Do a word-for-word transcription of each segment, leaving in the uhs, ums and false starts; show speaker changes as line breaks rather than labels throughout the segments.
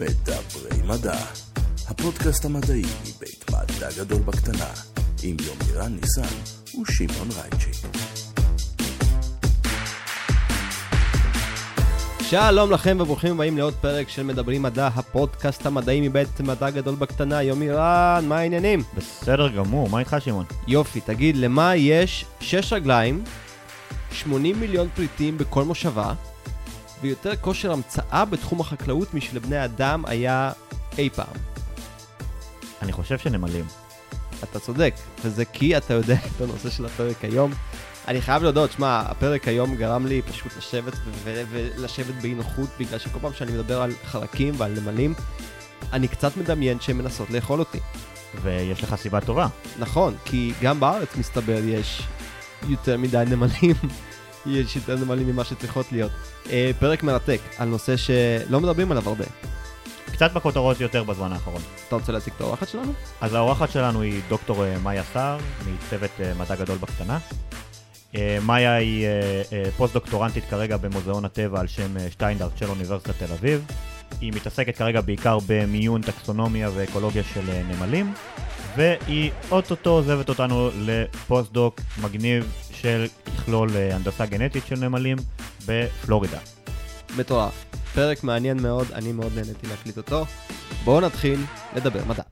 מדברי מדע, הפודקאסט המדעי מבית מדע גדול בקטנה, עם יומירן ניסן ושמעון רייצ'י.
שלום לכם וברוכים הבאים לעוד פרק של מדברים מדע, הפודקאסט המדעי מבית מדע גדול בקטנה. יומירן, מה העניינים?
בסדר גמור, מה איתך שמעון?
יופי, תגיד, למה יש שש רגליים, שמונים מיליון פריטים בכל מושבה, ויותר כושר המצאה בתחום החקלאות משלבני אדם היה אי פעם?
אני חושב שנמלים.
אתה צודק, וזה כי אתה יודע את הנושא של הפרק היום. אני חייב להודות, שמה, הפרק היום גרם לי פשוט לשבת ו- ולשבת באי נוחות, בגלל שכל פעם שאני מדבר על חרקים ועל נמלים, אני קצת מדמיין שהן מנסות לאכול אותי.
ויש לך סיבה טובה.
נכון, כי גם בארץ מסתבר יש יותר מדי נמלים, יש יותר נמלים ממה שצריכות להיות. אה, פרק מרתק על נושא שלא מדברים עליו הרבה.
קצת בכותרות יותר בזמן האחרון.
אתה רוצה להציג את האורחת שלנו?
אז האורחת שלנו היא דוקטור מאיה סער, מצוות מדע גדול בקטנה. מאיה היא פוסט-דוקטורנטית כרגע במוזיאון הטבע על שם שטיינדרט של אוניברסיטת תל אביב. היא מתעסקת כרגע בעיקר במיון, טקסונומיה ואקולוגיה של נמלים, והיא אוטוטו עוזבת אותנו לפוסט-דוק מגניב של יכלול הנדסה גנטית של נמלים בפלורידה.
מטורף. פרק מעניין מאוד, אני מאוד נהניתי להקליט אותו. בואו נתחיל לדבר מדע.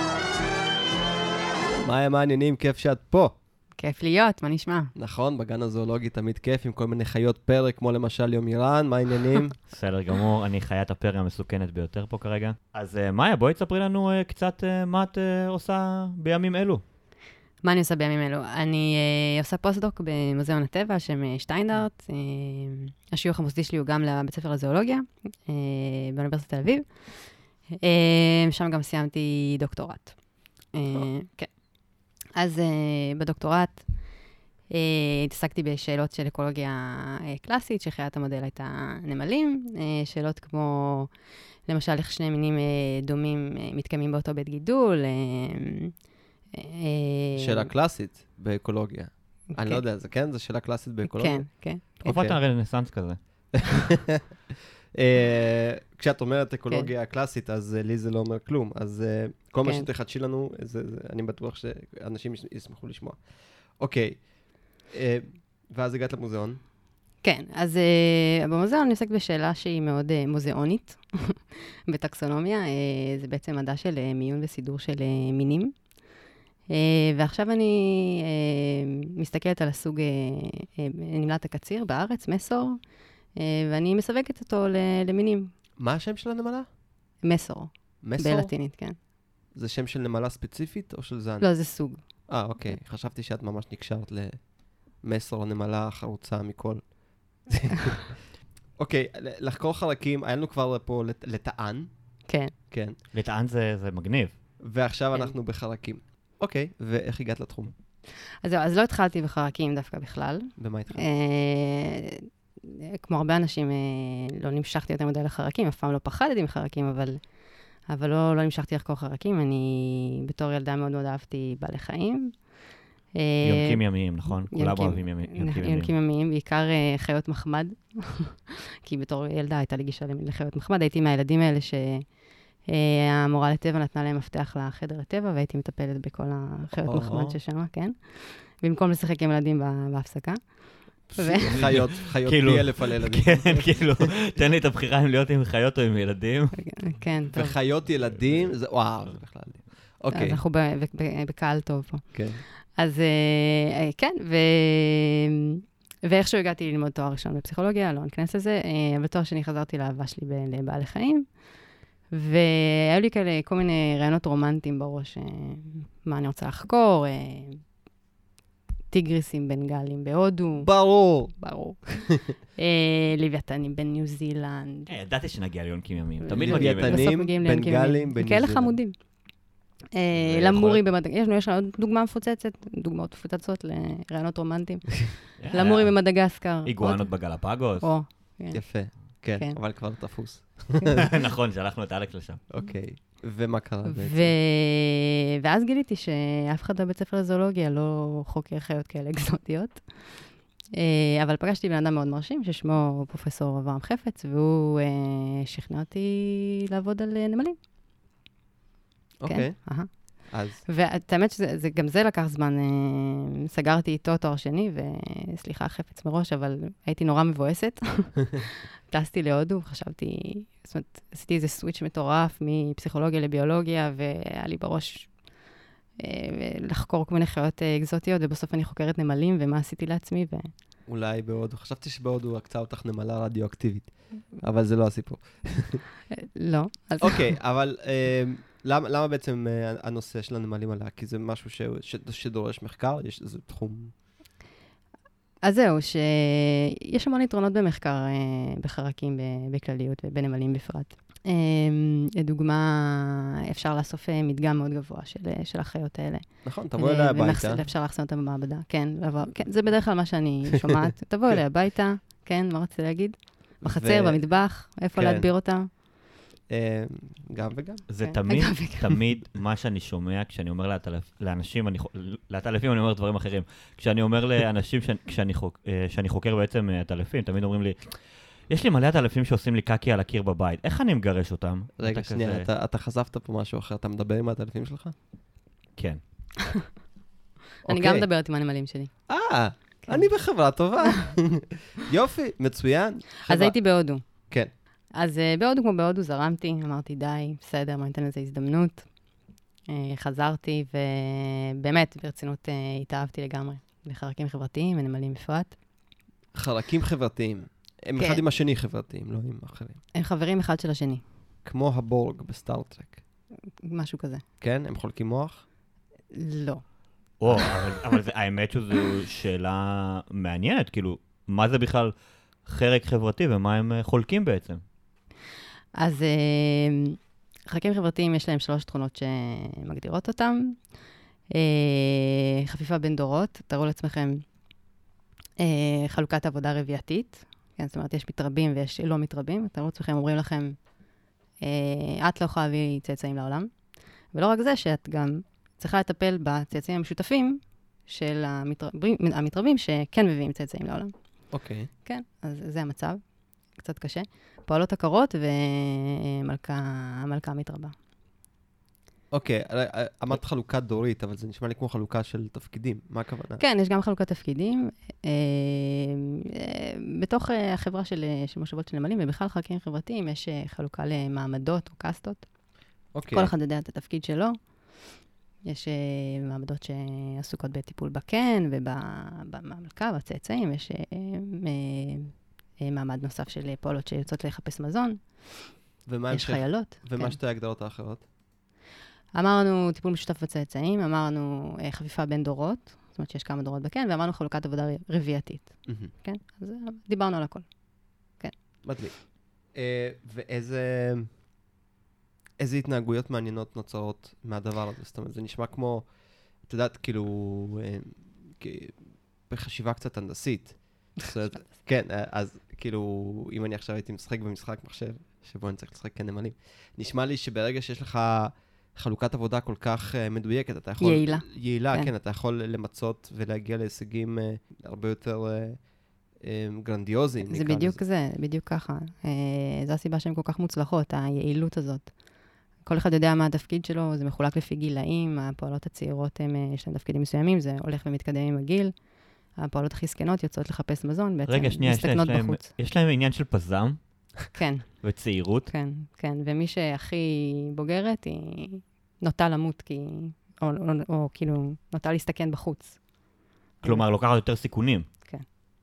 מאיה, מה העניינים? כיף שאת פה.
כיף להיות, מה נשמע?
נכון, בגן הזואולוגי תמיד כיף עם כל מיני חיות פרא, כמו למשל יומירן, מה העניינים?
בסדר גמור, אני חיית הפרא המסוכנת ביותר פה כרגע. אז מאיה, בואי תספרי לנו קצת מה את עושה בימים אלו.
מה אני עושה בימים אלו? אני uh, עושה פוסט-דוק במוזיאון הטבע, שם שטיינדרט. Uh, השיוך המוסדי שלי הוא גם לבית ספר לזואולוגיה, uh, באוניברסיטת תל אביב. Uh, שם גם סיימתי דוקטורט. Uh, כן. אז uh, בדוקטורט uh, התעסקתי בשאלות של אקולוגיה uh, קלאסית, שחיית המודל הייתה נמלים. Uh, שאלות כמו, למשל, איך שני מינים uh, דומים uh, מתקיימים באותו בית גידול, uh,
שאלה קלאסית באקולוגיה. אני לא יודע, זה כן? זו שאלה קלאסית באקולוגיה?
כן, כן.
תקופת הרנסנס כזה.
כשאת אומרת אקולוגיה קלאסית, אז לי זה לא אומר כלום. אז כל מה שתחדשי לנו, אני בטוח שאנשים ישמחו לשמוע. אוקיי. ואז הגעת למוזיאון? כן,
אז במוזיאון אני עוסקת בשאלה שהיא מאוד מוזיאונית, בטקסונומיה. זה בעצם מדע של מיון וסידור של מינים. Uh, ועכשיו אני uh, מסתכלת על הסוג uh, uh, נמלת הקציר בארץ, מסור, uh, ואני מסווגת אותו ל- למינים.
מה השם של הנמלה?
מסור.
מסור?
בלטינית, כן.
זה שם של נמלה ספציפית או של זן?
לא, זה סוג.
אה, אוקיי. Okay. חשבתי שאת ממש נקשרת למסור, נמלה חרוצה מכל. אוקיי, okay, לחקור חלקים, היה לנו כבר פה לט- לטען.
כן.
כן.
לטען זה, זה מגניב.
ועכשיו
כן.
אנחנו בחלקים. אוקיי, ואיך הגעת לתחום?
אז, אז לא התחלתי בחרקים דווקא בכלל.
במה התחלת?
אה, כמו הרבה אנשים, אה, לא נמשכתי יותר מדי לחרקים, אף פעם לא פחדתי מחרקים, אבל, אבל לא, לא נמשכתי לחקור חרקים. אני בתור ילדה מאוד מאוד אהבתי בעלי חיים.
אה, יונקים ימיים, נכון? כולם אוהבים יונקים ימיים.
יונקים ימיים, בעיקר אה, חיות מחמד. כי בתור ילדה הייתה לי גישה לחיות מחמד. הייתי מהילדים האלה ש... המורה לטבע נתנה להם מפתח לחדר הטבע, והייתי מטפלת בכל החיות מחמד ששמה, כן? במקום לשחק עם ילדים בהפסקה.
חיות, חיות פי אלף על ילדים.
כן, כאילו, תן לי את הבחירה אם להיות עם חיות או עם ילדים.
כן, טוב.
וחיות ילדים, זה, וואו, זה בכלל. אוקיי.
אז אנחנו בקהל טוב פה.
כן.
אז כן, ואיכשהו הגעתי ללמוד תואר ראשון בפסיכולוגיה, לא נכנס לזה, אבל תואר שני חזרתי לאהבה שלי לבעלי חיים. והיו לי כאלה כל מיני רעיונות רומנטיים בראש, מה אני רוצה לחקור, טיגריסים בנגלים בהודו.
ברור.
ברור. לוויתנים בניו זילנד.
ידעתי שנגיע ליונקים ימיים. תמיד מגיעים אליהם.
לוויתנים, בנגלים, בניו
כאלה
זילנד.
חמודים. למורים במדגסקר, יש לנו עוד דוגמה מפוצצת, דוגמאות מפוצצות לרעיונות רומנטיים. למורים במדגסקר.
איגואנות בגלפגוס.
יפה. כן, אבל כבר תפוס.
נכון, שלחנו את אלכס לשם.
אוקיי, ומה קרה בעצם?
ואז גיליתי שאף אחד בבית ספר לזואולוגיה לא חוקר חיות כאלה אקזוטיות. אבל פגשתי בן אדם מאוד מרשים, ששמו פרופסור אברהם חפץ, והוא שכנע אותי לעבוד על נמלים.
אוקיי.
כן, אהה.
אז
ואת האמת שגם זה לקח זמן, סגרתי איתו תואר שני, וסליחה חפץ מראש, אבל הייתי נורא מבואסת. טסתי להודו, חשבתי, זאת אומרת, עשיתי איזה סוויץ' מטורף מפסיכולוגיה לביולוגיה, והיה לי בראש לחקור כל מיני חיות אקזוטיות, ובסוף אני חוקרת נמלים, ומה עשיתי לעצמי, ו...
אולי בהודו. חשבתי שבהודו הקצה אותך נמלה רדיואקטיבית, אבל זה לא הסיפור.
לא.
אוקיי, אבל למה, למה בעצם הנושא של הנמלים עלה? כי זה משהו ש, ש, שדורש מחקר? יש איזה תחום?
אז זהו, שיש המון יתרונות במחקר בחרקים בכלליות ובנמלים בפרט. לדוגמה, אפשר לאסוף מדגם מאוד גבוה של, של החיות האלה.
נכון, תבוא אליה הביתה.
אפשר לאחסן אותה במעבדה, כן, כן. זה בדרך כלל מה שאני שומעת. תבוא אליה הביתה, כן, מה רציתי להגיד? בחצר, במטבח, איפה להדביר אותה?
גם וגם.
זה תמיד, תמיד מה שאני שומע כשאני אומר לאנשים, לעטלפים אני אומר דברים אחרים. כשאני אומר לאנשים שאני חוקר בעצם עטלפים, תמיד אומרים לי, יש לי מלא עטלפים שעושים לי קקי על הקיר בבית, איך אני מגרש אותם?
רגע, שנייה, אתה חשפת פה משהו אחר, אתה מדבר עם העטלפים שלך?
כן.
אני גם מדברת עם הנמלים שלי.
אה, אני בחברה טובה. יופי, מצוין.
אז הייתי בהודו.
כן.
אז בהודו כמו בהודו זרמתי, אמרתי די, בסדר, מה ניתן לזה הזדמנות. חזרתי ובאמת ברצינות התאהבתי לגמרי לחרקים חברתיים ונמלים בפרט.
חרקים חברתיים. הם אחד עם השני חברתיים, לא עם אחרים.
הם חברים אחד של השני.
כמו הבורג בסטארטרק.
משהו כזה.
כן? הם חולקים מוח?
לא.
או, אבל האמת שזו שאלה מעניינת, כאילו, מה זה בכלל חרק חברתי ומה הם חולקים בעצם?
אז חרקים חברתיים יש להם שלוש תכונות שמגדירות אותם. חפיפה בין דורות, תראו לעצמכם חלוקת עבודה רבייתית. כן, זאת אומרת, יש מתרבים ויש לא מתרבים. תראו לעצמכם, אומרים לכם, את לא יכולה להביא צאצאים לעולם. ולא רק זה, שאת גם צריכה לטפל בצאצאים המשותפים של המתרבים, המתרבים שכן מביאים צאצאים לעולם.
אוקיי.
כן, אז זה המצב. קצת קשה. פועלות עקרות והמלכה מתרבה.
אוקיי, אמרת חלוקה דורית, אבל זה נשמע לי כמו חלוקה של תפקידים. מה הכוונה?
כן, יש גם חלוקת תפקידים. בתוך החברה של מושבות של נמלים, ובכלל חלקים חברתיים, יש חלוקה למעמדות או קסטות.
אוקיי.
כל אחד יודע את התפקיד שלו. יש מעמדות שעסוקות בטיפול בקן ובמלכה, בצאצאים. יש מעמד נוסף של פועלות שיוצאות לחפש מזון. יש חיילות.
ומה שתי ההגדרות האחרות?
אמרנו טיפול משותף בצאצאים, אמרנו אה, חפיפה בין דורות, זאת אומרת שיש כמה דורות בקן, ואמרנו חלוקת עבודה רבייתית. Mm-hmm. כן? אז דיברנו על הכל. כן.
מדליק. אה, ואיזה איזה התנהגויות מעניינות נוצרות מהדבר הזה? זאת אומרת, זה נשמע כמו, את יודעת, כאילו, אה, בחשיבה קצת הנדסית. זאת, כן, אז כאילו, אם אני עכשיו הייתי משחק במשחק מחשב, שבו אני צריך לשחק כנמלים, נשמע לי שברגע שיש לך חלוקת עבודה כל כך uh, מדויקת, אתה יכול...
יעילה.
יעילה, כן. כן, אתה יכול למצות ולהגיע להישגים uh, הרבה יותר uh, um, גרנדיוזיים.
זה בדיוק זה, בדיוק ככה. Uh, זו הסיבה שהן כל כך מוצלחות, היעילות הזאת. כל אחד יודע מה התפקיד שלו, זה מחולק לפי גילאים, הפועלות הצעירות הם, יש להם תפקידים מסוימים, זה הולך ומתקדם עם הגיל. הפועלות הכי זקנות יוצאות לחפש מזון, בעצם
רגע, שנייה,
מסתכנות
יש
בחוץ.
להם, יש להם עניין של פזם?
כן.
וצעירות?
כן, כן. ומי שהכי בוגרת היא נוטה למות, כי, או, או, או, או כאילו נוטה להסתכן בחוץ.
כלומר, לוקחת יותר סיכונים.
כן.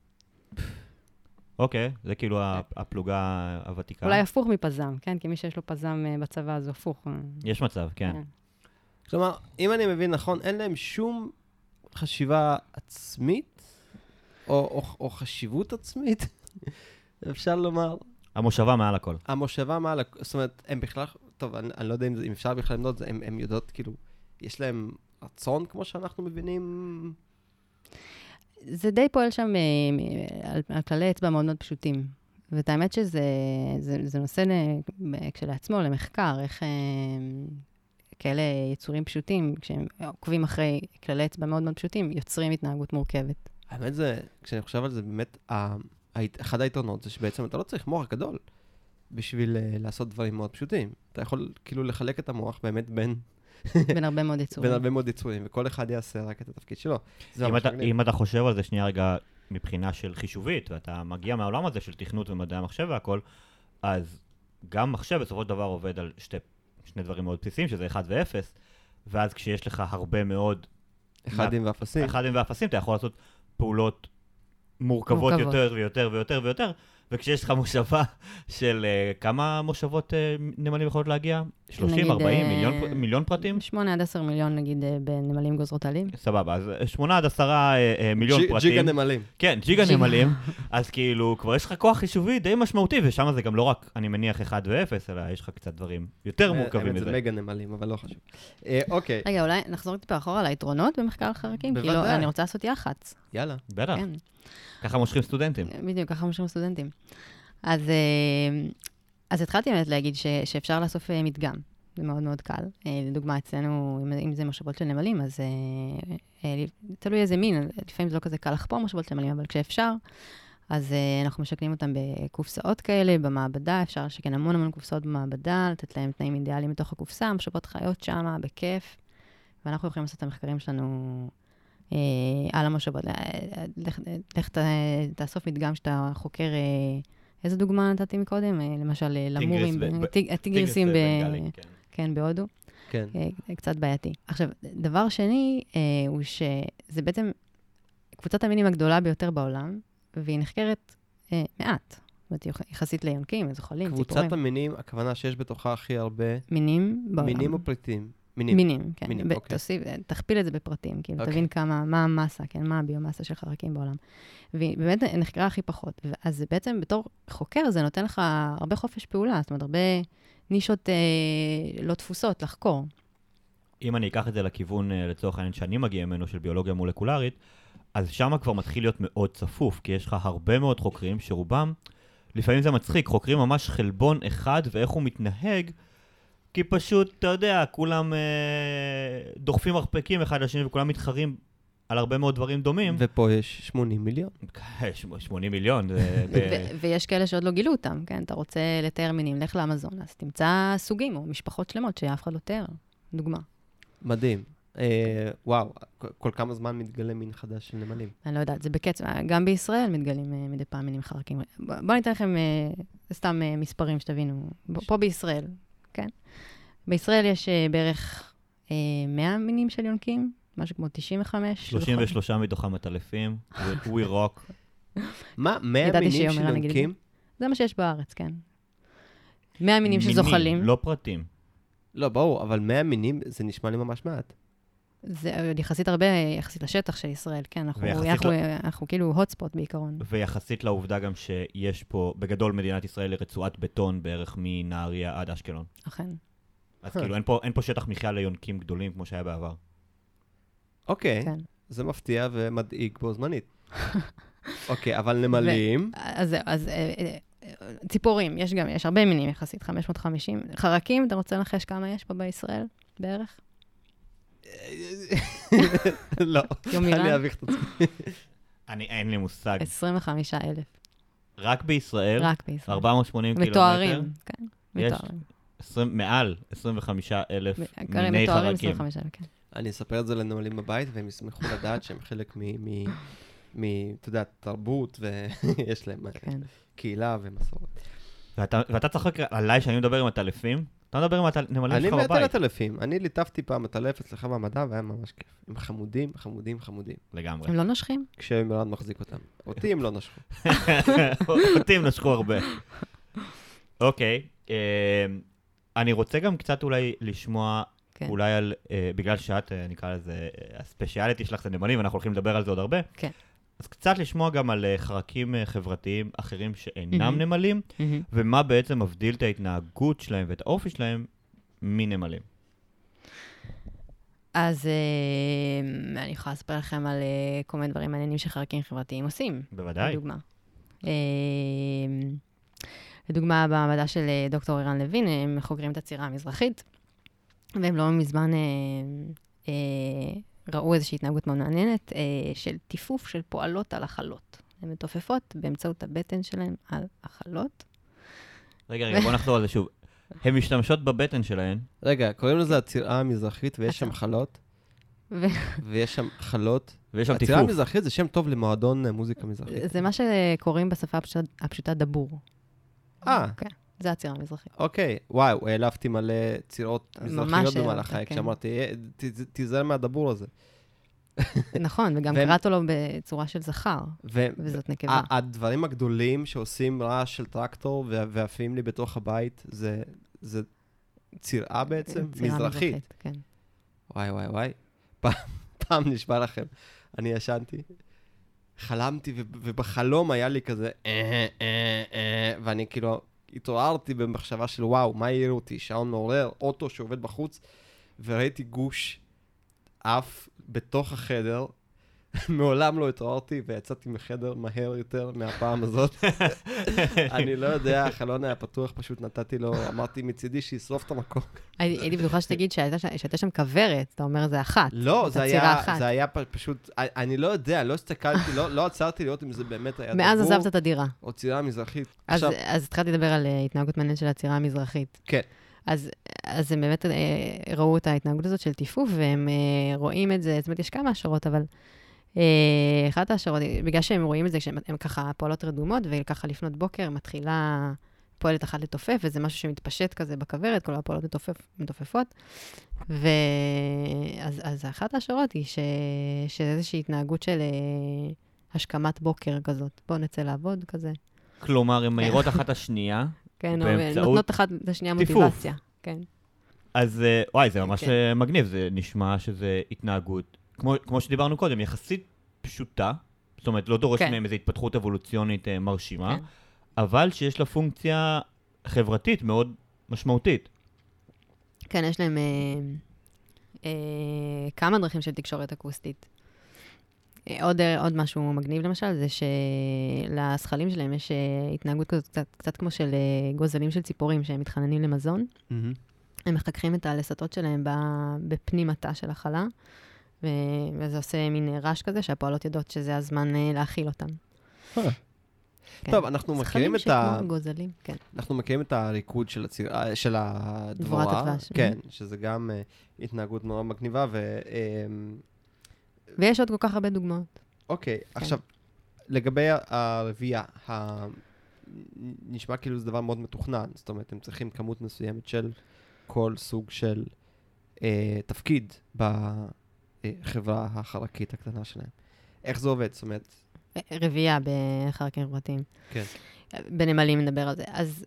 אוקיי, זה כאילו הפלוגה הוותיקה.
אולי הפוך מפזם, כן? כי מי שיש לו פזם בצבא, אז הפוך.
יש מצב, כן. כן.
כלומר, אם אני מבין נכון, אין להם שום חשיבה עצמית, או, או, או חשיבות עצמית, אפשר לומר.
המושבה מעל הכל.
המושבה מעל הכל, זאת אומרת, הם בכלל, טוב, אני, אני לא יודע אם, זה, אם אפשר בכלל למדוד, הם, הם יודעות, כאילו, יש להם רצון, כמו שאנחנו מבינים?
זה די פועל שם על, על כללי אצבע מאוד מאוד פשוטים. ואת האמת שזה זה, זה נושא כשלעצמו, למחקר, איך כאלה יצורים פשוטים, כשהם עוקבים אחרי כללי אצבע מאוד מאוד פשוטים, יוצרים התנהגות מורכבת.
האמת זה, כשאני חושב על זה, באמת, אחד היתרונות זה שבעצם אתה לא צריך מוח גדול. בשביל uh, לעשות דברים מאוד פשוטים. אתה יכול כאילו לחלק את המוח באמת בין...
בין הרבה מאוד יצורים.
בין הרבה מאוד יצורים, וכל אחד יעשה רק את התפקיד שלו.
אם אתה, אם אתה חושב על זה שנייה רגע מבחינה של חישובית, ואתה מגיע מהעולם הזה של תכנות ומדעי המחשב והכל, אז גם מחשב בסופו של דבר עובד על שתי, שני דברים מאוד בסיסיים, שזה אחד ואפס, ואז כשיש לך הרבה מאוד...
אחדים מה... ואפסים.
אחדים ואפסים, אתה יכול לעשות פעולות מורכבות, מורכבות. יותר ויותר ויותר ויותר, וכשיש לך מושבה של uh, כמה מושבות uh, נמלים יכולות להגיע? שלושים, ארבעים, uh, מיליון, מיליון פרטים?
שמונה עד עשר מיליון נגיד uh, בנמלים גוזרות עלים.
סבבה, אז שמונה עד עשרה uh, uh, מיליון
ג'י,
פרטים.
ג'יגה נמלים.
כן, ג'יגה נמלים. אז כאילו, כבר יש לך כוח חישובי די משמעותי, ושם זה גם לא רק, אני מניח, אחד ואפס, אלא יש לך קצת דברים יותר מורכבים מזה.
זה מגה נמלים, אבל לא חשוב. אוקיי.
רגע, אולי נחזור טיפה אחורה ליתרונות במחקר חרקים? בוודאי. אני רוצה לעשות יח"צ.
יאללה.
בטח. ככה מושכים סטודנטים.
בדיוק, ככה מושכים סטודנטים. אז, אז התחלתי באמת להגיד ש, שאפשר לאסוף מדגם. זה מאוד מאוד קל. לדוגמה, אצלנו, אם, אם זה מושבות של נמלים, אז תלוי איזה מין. לפעמים זה לא כזה קל לחפור מושבות של נמלים, אבל כשאפשר, אז אנחנו משקנים אותם בקופסאות כאלה, במעבדה. אפשר לשקן המון המון קופסאות במעבדה, לתת להם תנאים אידיאליים בתוך הקופסה, מושבות חיות שם, בכיף. ואנחנו יכולים לעשות את המחקרים שלנו על המושבות. לך תאסוף מדגם שאתה חוקר, איזה דוגמה נתתי מקודם? למשל, למורים, הטיגריסים כן, בהודו.
כן.
קצת בעייתי. עכשיו, דבר שני, הוא שזה בעצם קבוצת המינים הגדולה ביותר בעולם, והיא נחקרת מעט. זאת אומרת, יחסית ליונקים, זוחלים, ציפורים.
קבוצת המינים, הכוונה שיש בתוכה הכי הרבה...
מינים בעולם.
מינים או פריטים? מינים.
מינים, כן.
מינים, אוקיי.
תוסיף, תכפיל את זה בפרטים, כאילו,
אוקיי.
תבין כמה, מה המסה, כן, מה הביומסה של חרקים בעולם. ובאמת נחקרה הכי פחות. אז בעצם בתור חוקר זה נותן לך הרבה חופש פעולה, זאת אומרת, הרבה נישות אה, לא תפוסות לחקור.
אם אני אקח את זה לכיוון, לצורך העניין שאני מגיע ממנו של ביולוגיה מולקולרית, אז שם כבר מתחיל להיות מאוד צפוף, כי יש לך הרבה מאוד חוקרים שרובם, לפעמים זה מצחיק, חוקרים ממש חלבון אחד ואיך הוא מתנהג, כי פשוט, אתה יודע, כולם אה, דוחפים מרפקים אחד לשני וכולם מתחרים על הרבה מאוד דברים דומים.
ופה יש שמונים מיליון.
שמונים מיליון.
ויש כאלה שעוד לא גילו אותם, כן? אתה רוצה לתאר מינים, לך לאמזון, אז תמצא סוגים או משפחות שלמות שאף אחד לא תאר. דוגמה.
מדהים. אה, וואו, כל כמה זמן מתגלה מין חדש של נמלים?
אני לא יודעת, זה בקצב. גם בישראל מתגלים אה, מדי פעם מינים חרקים. בואו ניתן לכם אה, סתם אה, מספרים שתבינו. פה בישראל, כן? בישראל יש אה, בערך אה, מאה מינים של יונקים, משהו כמו תשעים וחמש.
שלושים ושלושה מתוכם מטלפים, we rock.
מה, מאה מינים של יונקים?
זה מה שיש בארץ, כן. מאה מינים שזוחלים.
מינים, לא פרטים.
לא, ברור, אבל מאה מינים זה נשמע לי ממש מעט.
זה יחסית הרבה, יחסית לשטח של ישראל, כן, אנחנו, אנחנו, לא... אנחנו כאילו הוטספוט בעיקרון.
ויחסית לעובדה גם שיש פה, בגדול מדינת ישראל, רצועת בטון בערך מנהריה עד אשקלון.
אכן.
אז כאילו אין פה, אין פה שטח מחיה ליונקים גדולים כמו שהיה בעבר.
אוקיי, כן. זה מפתיע ומדאיג בו זמנית. אוקיי, אבל נמלים...
ו... אז, אז ציפורים, יש גם, יש הרבה מינים יחסית, חמש מאות וחמישים. חרקים, אתה רוצה לנחש כמה יש פה בישראל בערך?
לא, אני אביך את עצמי.
אני, אין לי מושג.
עשרים וחמישה אלף.
רק בישראל?
רק בישראל.
ארבע מאות ושמונים קילומטר?
מתוארים, כן, מתוארים.
יש מעל עשרים וחמישה אלף מיני חרקים.
אני אספר את זה לנמלים בבית, והם ישמחו לדעת שהם חלק מ... אתה יודע, תרבות, ויש להם קהילה ומסורת.
ואתה צחק עליי שאני מדבר עם הטלפים? אתה מדבר עם הנמלים שלך בבית?
אני מת על הטלפים. אני ליטפתי פעם הטלף אצלך במדע, והיה ממש כיף. הם חמודים, חמודים, חמודים.
לגמרי.
הם לא נושכים?
כשמרד מחזיק אותם. אותי הם לא נשכו.
אותי הם נשכו הרבה. אוקיי. אני רוצה גם קצת אולי לשמוע, אולי על, בגלל שאת, נקרא לזה, הספציאליטי שלך זה נמלים, ואנחנו הולכים לדבר על זה עוד הרבה.
כן.
אז קצת לשמוע גם על חרקים חברתיים אחרים שאינם נמלים, ומה בעצם מבדיל את ההתנהגות שלהם ואת האופי שלהם מנמלים.
אז אני יכולה לספר לכם על כל מיני דברים מעניינים שחרקים חברתיים עושים.
בוודאי.
לדוגמה. לדוגמה, במדע של דוקטור אירן לוין, הם חוקרים את הצירה המזרחית, והם לא מזמן... ראו איזושהי התנהגות מאוד מעניינת אה, של טיפוף של פועלות על החלות. הן מתופפות באמצעות הבטן שלהן על החלות,
רגע, רגע, בוא נחזור על זה שוב. הן משתמשות בבטן שלהן.
רגע, קוראים לזה הצירה המזרחית, ויש שם חלות. ויש שם חלות.
ויש שם
הצירה
טיפוף.
המזרחית זה שם טוב למועדון מוזיקה מזרחית.
זה מה שקוראים בשפה הפשוטה דבור.
אה.
כן, זה הצירה המזרחית.
אוקיי, וואו, העלפתי מלא צירות מזרחיות במהלך חיי, כשאמרתי, תיזהר מהדבור הזה.
נכון, וגם קראת לו בצורה של זכר, וזאת נקבה.
הדברים הגדולים שעושים רעש של טרקטור ועפים לי בתוך הבית, זה צירה בעצם, מזרחית.
כן.
וואי, וואי, וואי. פעם נשבע לכם, אני ישנתי, חלמתי, ובחלום היה לי כזה, ואני כאילו התעוררתי במחשבה של וואו, מה העיר אותי? שעון מעורר, אוטו שעובד בחוץ, וראיתי גוש אף בתוך החדר, מעולם לא התעוררתי, ויצאתי מחדר מהר יותר מהפעם הזאת. אני לא יודע, החלון היה פתוח, פשוט נתתי לו, אמרתי מצידי שישרוף את המקום.
הייתי בטוחה שתגיד שהייתה שם כוורת, אתה אומר זה אחת.
לא, זה היה פשוט, אני לא יודע, לא הסתכלתי, לא עצרתי לראות אם זה באמת היה דבור.
מאז עזבת את הדירה.
או צירה מזרחית.
אז התחלתי לדבר על התנהגות מעניינת של הצירה המזרחית.
כן.
אז, אז הם באמת ראו את ההתנהגות הזאת של טיפוף, והם רואים את זה, זאת אומרת, יש כמה השערות, אבל אחת ההשערות, בגלל שהם רואים את זה, כשהם ככה פועלות רדומות, וככה לפנות בוקר מתחילה פועלת אחת לתופף, וזה משהו שמתפשט כזה בכוורת, כל הפועלות מתופף, מתופפות. ואז, אז אחת ההשערות היא ש, שאיזושהי התנהגות של השכמת בוקר כזאת. בואו נצא לעבוד כזה.
כלומר, הן מהירות אחת השנייה,
כן, נותנות אחת לשנייה מוטיבציה. כן.
אז וואי, זה ממש מגניב, זה נשמע שזה התנהגות, כמו, כמו שדיברנו קודם, יחסית פשוטה, זאת אומרת, לא דורש מהם איזו התפתחות אבולוציונית מרשימה, אבל שיש לה פונקציה חברתית מאוד משמעותית.
כן, יש להם כמה דרכים של תקשורת אקוסטית. עוד, עוד משהו מגניב למשל, זה שלשכלים שלהם יש התנהגות כזאת, קצת, קצת כמו של גוזלים של ציפורים, שהם מתחננים למזון. Mm-hmm. הם מחככים את הלסתות שלהם בפנים התא של החלה, וזה עושה מין רעש כזה, שהפועלות יודעות שזה הזמן להאכיל אותם.
כן. טוב, אנחנו מכירים את ה...
שכמו גוזלים, כן.
אנחנו מכירים את הריקוד של, הציר... של הדבורה.
דבורת הדבש.
כן, שזה גם uh, התנהגות נורא מגניבה, ו... Uh,
ויש עוד כל כך הרבה דוגמאות.
אוקיי, okay, כן. עכשיו, לגבי הרבייה, ה... נשמע כאילו זה דבר מאוד מתוכנן, זאת אומרת, הם צריכים כמות מסוימת של כל סוג של uh, תפקיד בחברה החרקית הקטנה שלהם. איך זה עובד? זאת אומרת...
רבייה בחרקים חברתיים.
כן.
בנמלים נדבר על זה. אז,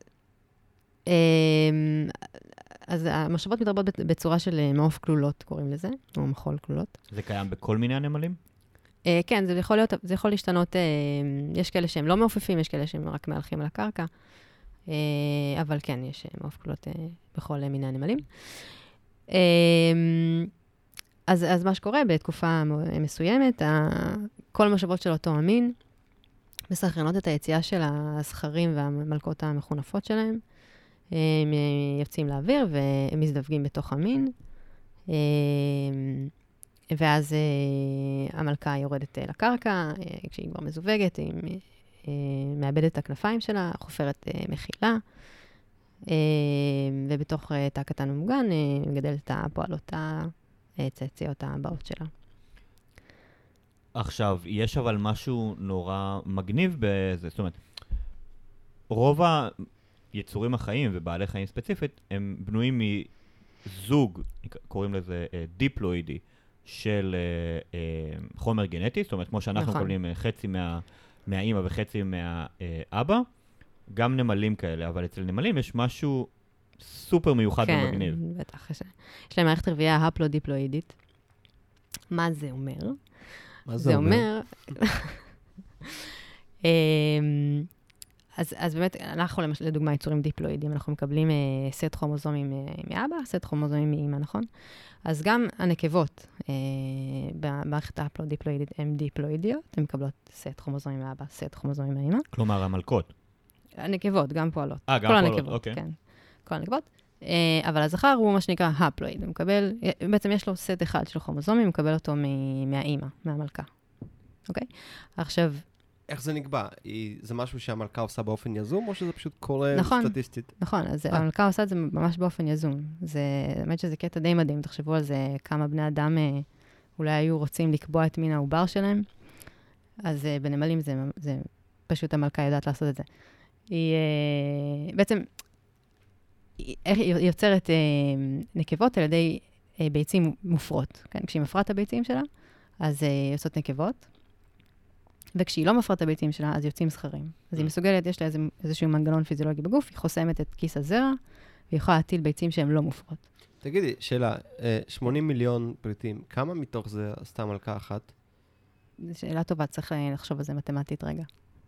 אז המחשבות מתרבות בצורה של מעוף כלולות, קוראים לזה, או מחול כלולות.
זה קיים בכל מיני הנמלים?
כן, זה יכול להיות, זה יכול להשתנות, יש כאלה שהם לא מעופפים, יש כאלה שהם רק מהלכים על הקרקע, אבל כן, יש מעוף כלולות בכל מיני הנמלים. אז, אז מה שקורה בתקופה מסוימת, כל המושבות של אותו המין מסחרנות את היציאה של הזכרים והמלכות המחונפות שלהם. הם יוצאים לאוויר והם מזדווגים בתוך המין. ואז המלכה יורדת לקרקע, כשהיא כבר מזווגת, היא מאבדת את הכנפיים שלה, חופרת מחילה. ובתוך תא קטן ומוגן מגדלת את הפועלות הצאצאיות הבאות שלה.
עכשיו, יש אבל משהו נורא מגניב בזה, זאת אומרת, רוב היצורים החיים ובעלי חיים ספציפית, הם בנויים מזוג, קוראים לזה דיפלואידי, של חומר גנטי, זאת אומרת, כמו שאנחנו קוראים חצי מהאמא וחצי מהאבא, גם נמלים כאלה, אבל אצל נמלים יש משהו סופר מיוחד ומגניב.
כן, בטח. יש להם מערכת רבייה הפלו-דיפלואידית. מה זה אומר?
מה זה אומר?
אז, אז באמת, אנחנו לדוגמה יצורים דיפלואידים, אנחנו מקבלים סט כרומוזומים מאבא, סט כרומוזומים מאמא, נכון? אז גם הנקבות במערכת הפלו-דיפלואידית הן דיפלואידיות, הן מקבלות סט כרומוזומים מאבא, סט כרומוזומים מאמא.
כלומר, המלכות.
הנקבות, גם פועלות.
אה, גם פועלות, הנקבות, אוקיי.
כן. כל הנקבות. אבל הזכר הוא מה שנקרא הפלואיד, הוא מקבל, בעצם יש לו סט אחד של כרומוזומים, הוא מקבל אותו מהאימא, מהמלכה. אוקיי? עכשיו...
איך זה נקבע? זה משהו שהמלכה עושה באופן יזום, או שזה פשוט קורה
נכון,
סטטיסטית?
נכון, אז המלכה עושה את זה ממש באופן יזום. זה, באמת שזה קטע די מדהים, תחשבו על זה, כמה בני אדם אולי היו רוצים לקבוע את מין העובר שלהם, אז בנמלים זה, זה פשוט המלכה יודעת לעשות את זה. היא בעצם, היא יוצרת נקבות על ידי ביצים מופרות. כן? כשהיא מפרה את הביצים שלה, אז יוצאות נקבות, וכשהיא לא מפרה את הביצים שלה, אז יוצאים זכרים. אז היא מסוגלת, יש לה איזה, איזשהו מנגנון פיזיולוגי בגוף, היא חוסמת את כיס הזרע, והיא יכולה להטיל ביצים שהן לא מופרות.
תגידי, שאלה, שמונים מיליון פריטים, כמה מתוך זה עשתה מלכה אחת?
זו שאלה טובה, צריך לחשוב על זה מתמטית רגע.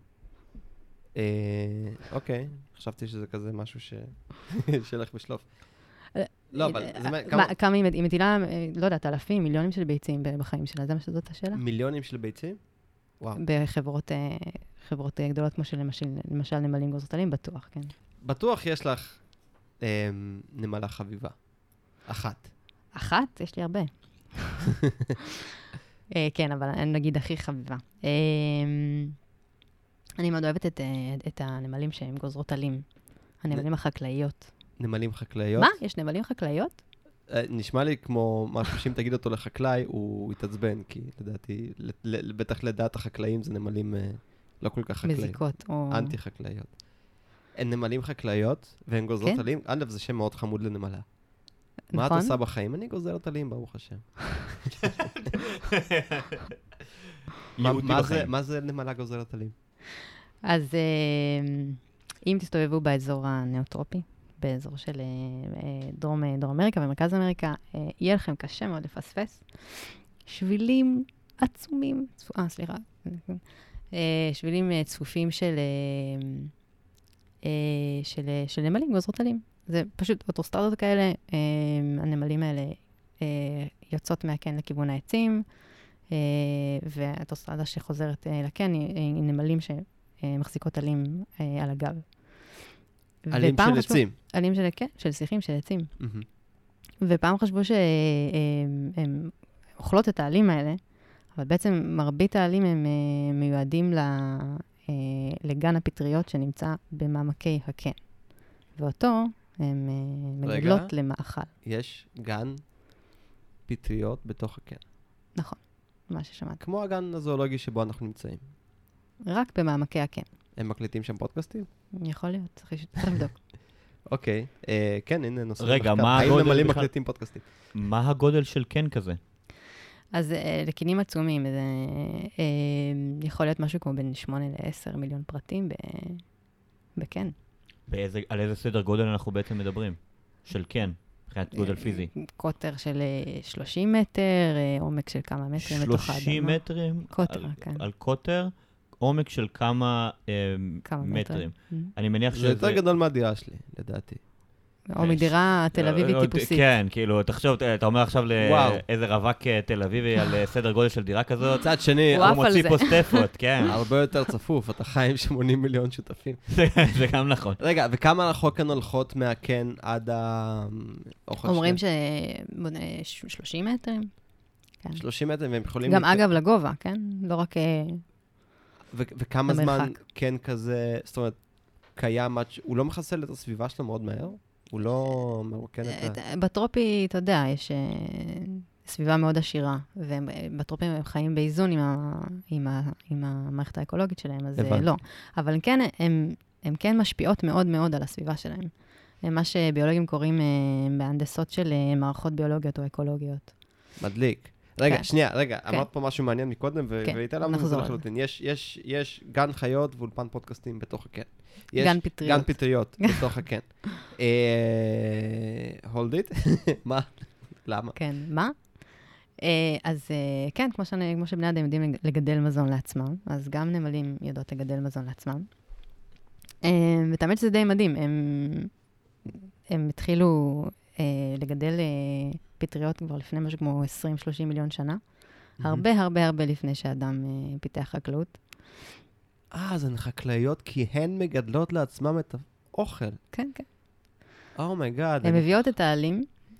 אוקיי, חשבתי שזה כזה משהו שלך בשלוף. לא, אבל כמה...
כמה היא מטילה, לא יודעת, אלפים, מיליונים של ביצים בחיים שלה, זה מה שזאת השאלה?
מיליונים של ביצים? וואו.
בחברות חברות גדולות כמו שלמשל נמלים גוזרתלים, בטוח, כן.
בטוח יש לך נמלה חביבה. אחת.
אחת? יש לי הרבה. כן, אבל אני נגיד הכי חביבה. אני מאוד אוהבת את, את הנמלים שהם גוזרות עלים. הנמלים החקלאיות.
נמלים חקלאיות?
מה? יש נמלים חקלאיות?
נשמע לי כמו משהו שאם תגיד אותו לחקלאי, הוא יתעצבן, כי לדעתי, בטח לדעת החקלאים זה נמלים לא כל כך חקלאים.
מזיקות או...
אנטי-חקלאיות. הן נמלים חקלאיות, והן גוזרות עלים. א', זה שם מאוד חמוד לנמלה. מה את עושה בחיים? אני גוזרת עלים, ברוך השם. מה זה נמלה גוזרת עלים?
אז אם תסתובבו באזור הנאוטרופי, באזור של דרום, דרום אמריקה ומרכז אמריקה, יהיה לכם קשה מאוד לפספס. שבילים עצומים, אה, סליחה, שבילים צפופים של, של, של נמלים גוזרות עלים. זה פשוט אוטוסטרדות כאלה, הנמלים האלה יוצאות מהקן לכיוון העצים, והאוטוסטרדה שחוזרת לקן היא נמלים שמחזיקות עלים על הגב.
עלים של עצים.
עלים של, כן, של שיחים, של עצים. ופעם חשבו שהן אוכלות את העלים האלה, אבל בעצם מרבית העלים הם מיועדים לגן הפטריות שנמצא במעמקי הקן. ואותו הן מגדלות למאכל.
יש גן פטריות בתוך הקן.
נכון, מה ששמעת.
כמו הגן הזואולוגי שבו אנחנו נמצאים.
רק במעמקי הקן.
הם מקליטים שם פודקאסטים?
יכול להיות, צריך לבדוק.
אוקיי, כן, הנה נושא.
רגע, מה הגודל?
האם נמלים מקליטים פודקאסטים?
מה הגודל של קן כזה?
אז לקינים עצומים, זה יכול להיות משהו כמו בין שמונה לעשר מיליון פרטים בקן.
על איזה סדר גודל אנחנו בעצם מדברים? של קן, מבחינת גודל פיזי.
קוטר של שלושים מטר, עומק של כמה מטרים לתוך האדמה.
שלושים מטרים?
קוטר, כן.
על קוטר, עומק של כמה מטרים. אני מניח שזה...
זה יותר גדול מהדירה שלי, לדעתי.
או מדירה תל אביבית טיפוסית.
כן, כאילו, תחשוב, אתה אומר עכשיו לאיזה רווק תל אביבי על סדר גודל של דירה כזאת.
צד שני,
הוא מוציא פה סטפות, כן.
הרבה יותר צפוף, אתה חי עם שמונים מיליון שותפים.
זה גם נכון.
רגע, וכמה רחוק כאן הולכות מהקן עד האוכל?
אומרים ש-שלושים מטרים.
שלושים מטרים, והם יכולים...
גם אגב לגובה, כן? לא רק...
וכמה זמן קן כזה, זאת אומרת, קיים, הוא לא מחסל את הסביבה שלו מאוד מהר? הוא לא מרוקן את ה...
בטרופי, אתה יודע, יש סביבה מאוד עשירה, ובטרופים הם חיים באיזון עם המערכת האקולוגית שלהם, אז לא. אבל כן, הם כן משפיעות מאוד מאוד על הסביבה שלהם. מה שביולוגים קוראים בהנדסות של מערכות ביולוגיות או אקולוגיות.
מדליק. רגע, שנייה, רגע, אמרת פה משהו מעניין מקודם, ואיתה למה זה לחלוטין. יש גן חיות ואולפן פודקאסטים בתוך הקן.
גן פטריות.
גן פטריות בתוך הקן. hold it? מה? למה?
כן, מה? אז כן, כמו שבני אדם יודעים לגדל מזון לעצמם, אז גם נמלים יודעות לגדל מזון לעצמם. ותאמת שזה די מדהים, הם התחילו לגדל פטריות כבר לפני משהו כמו עשרים שלושים מיליון שנה. הרבה הרבה הרבה לפני שאדם פיתח חקלאות.
אה, אז הן חקלאיות כי הן מגדלות לעצמם את האוכל.
כן, כן.
אומייגאד.
הן מביאות את העלים,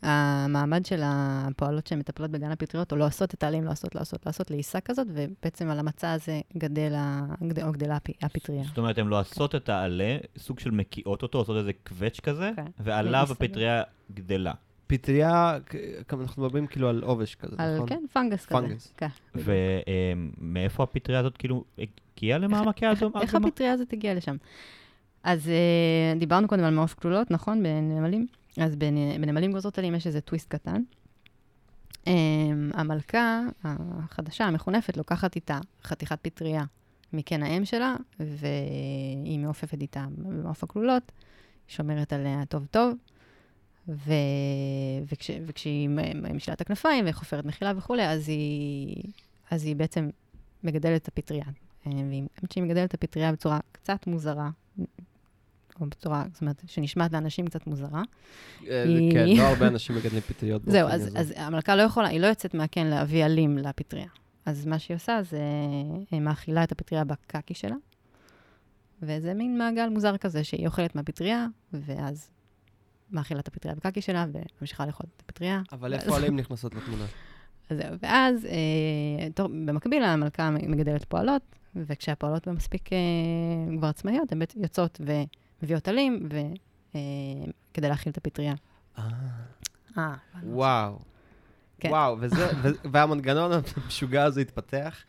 המעמד של הפועלות שהן מטפלות בגן הפטריות, או לא עושות את העלים, לא עושות, לא עושות, לא עושות, לעיסה כזאת, ובעצם על המצע הזה גדל, או גדלה הפטריה.
זאת אומרת, הן לא עושות את העלה, סוג של מקיאות אותו, עושות איזה קווץ' כזה,
כן.
ועליו הפטריה גדלה.
פטריה, אנחנו מדברים כאילו על עובש כזה,
על,
נכון?
כן, פנגס כזה.
פנגס.
כן.
ומאיפה הפטריה הזאת כאילו הגיעה למעמקי האדמה?
איך הפטריה הזאת הגיעה לשם? אז uh, דיברנו קודם על מעוף כלולות, נכון? בנמלים. אז בנמלים גוזרות עלים יש איזה טוויסט קטן. Um, המלכה החדשה, המחונפת, לוקחת איתה חתיכת פטריה מקן האם שלה, והיא מעופפת איתה במעוף הכלולות, שומרת עליה טוב טוב, ו... וכש... וכשהיא משלה את הכנפיים וחופרת מחילה וכו', אז היא... אז היא בעצם מגדלת את הפטריה. והיא מגדלת את הפטריה בצורה קצת מוזרה, או בצורה, זאת אומרת, שנשמעת לאנשים קצת מוזרה.
כן, לא הרבה אנשים מגדלים פטריות.
זהו, אז המלכה לא יכולה, היא לא יוצאת מהקן להביא עלים לפטריה. אז מה שהיא עושה זה, היא מאכילה את הפטריה בקקי שלה, וזה מין מעגל מוזר כזה, שהיא אוכלת מהפטריה, ואז מאכילה את הפטריה בקקי שלה, וממשיכה לאכול את הפטריה.
אבל איפה עלים נכנסות לתמונה?
זהו, ואז במקביל המלכה מגדלת פועלות, וכשהפועלות במספיק כבר עצמאיות, הן יוצאות ומביאות עלים, כדי להאכיל את הפטריה.
אה. וואו. וואו, והמנגנון המשוגע הזה התפתח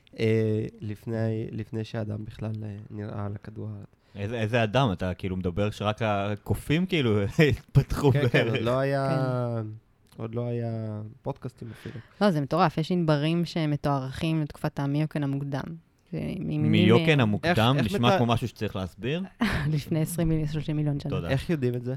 לפני שהאדם בכלל נראה על הכדור הארץ.
איזה אדם? אתה כאילו מדבר שרק הקופים כאילו התפתחו.
כן, כן, עוד לא היה... עוד לא היה פודקאסטים אפילו.
לא, זה מטורף. יש ענברים שמתוארכים לתקופת המיוקן המוקדם.
מיוקן המוקדם? נשמע כמו משהו שצריך להסביר?
לפני עשרים שלושים מיליון שנה.
תודה.
איך יודעים את זה?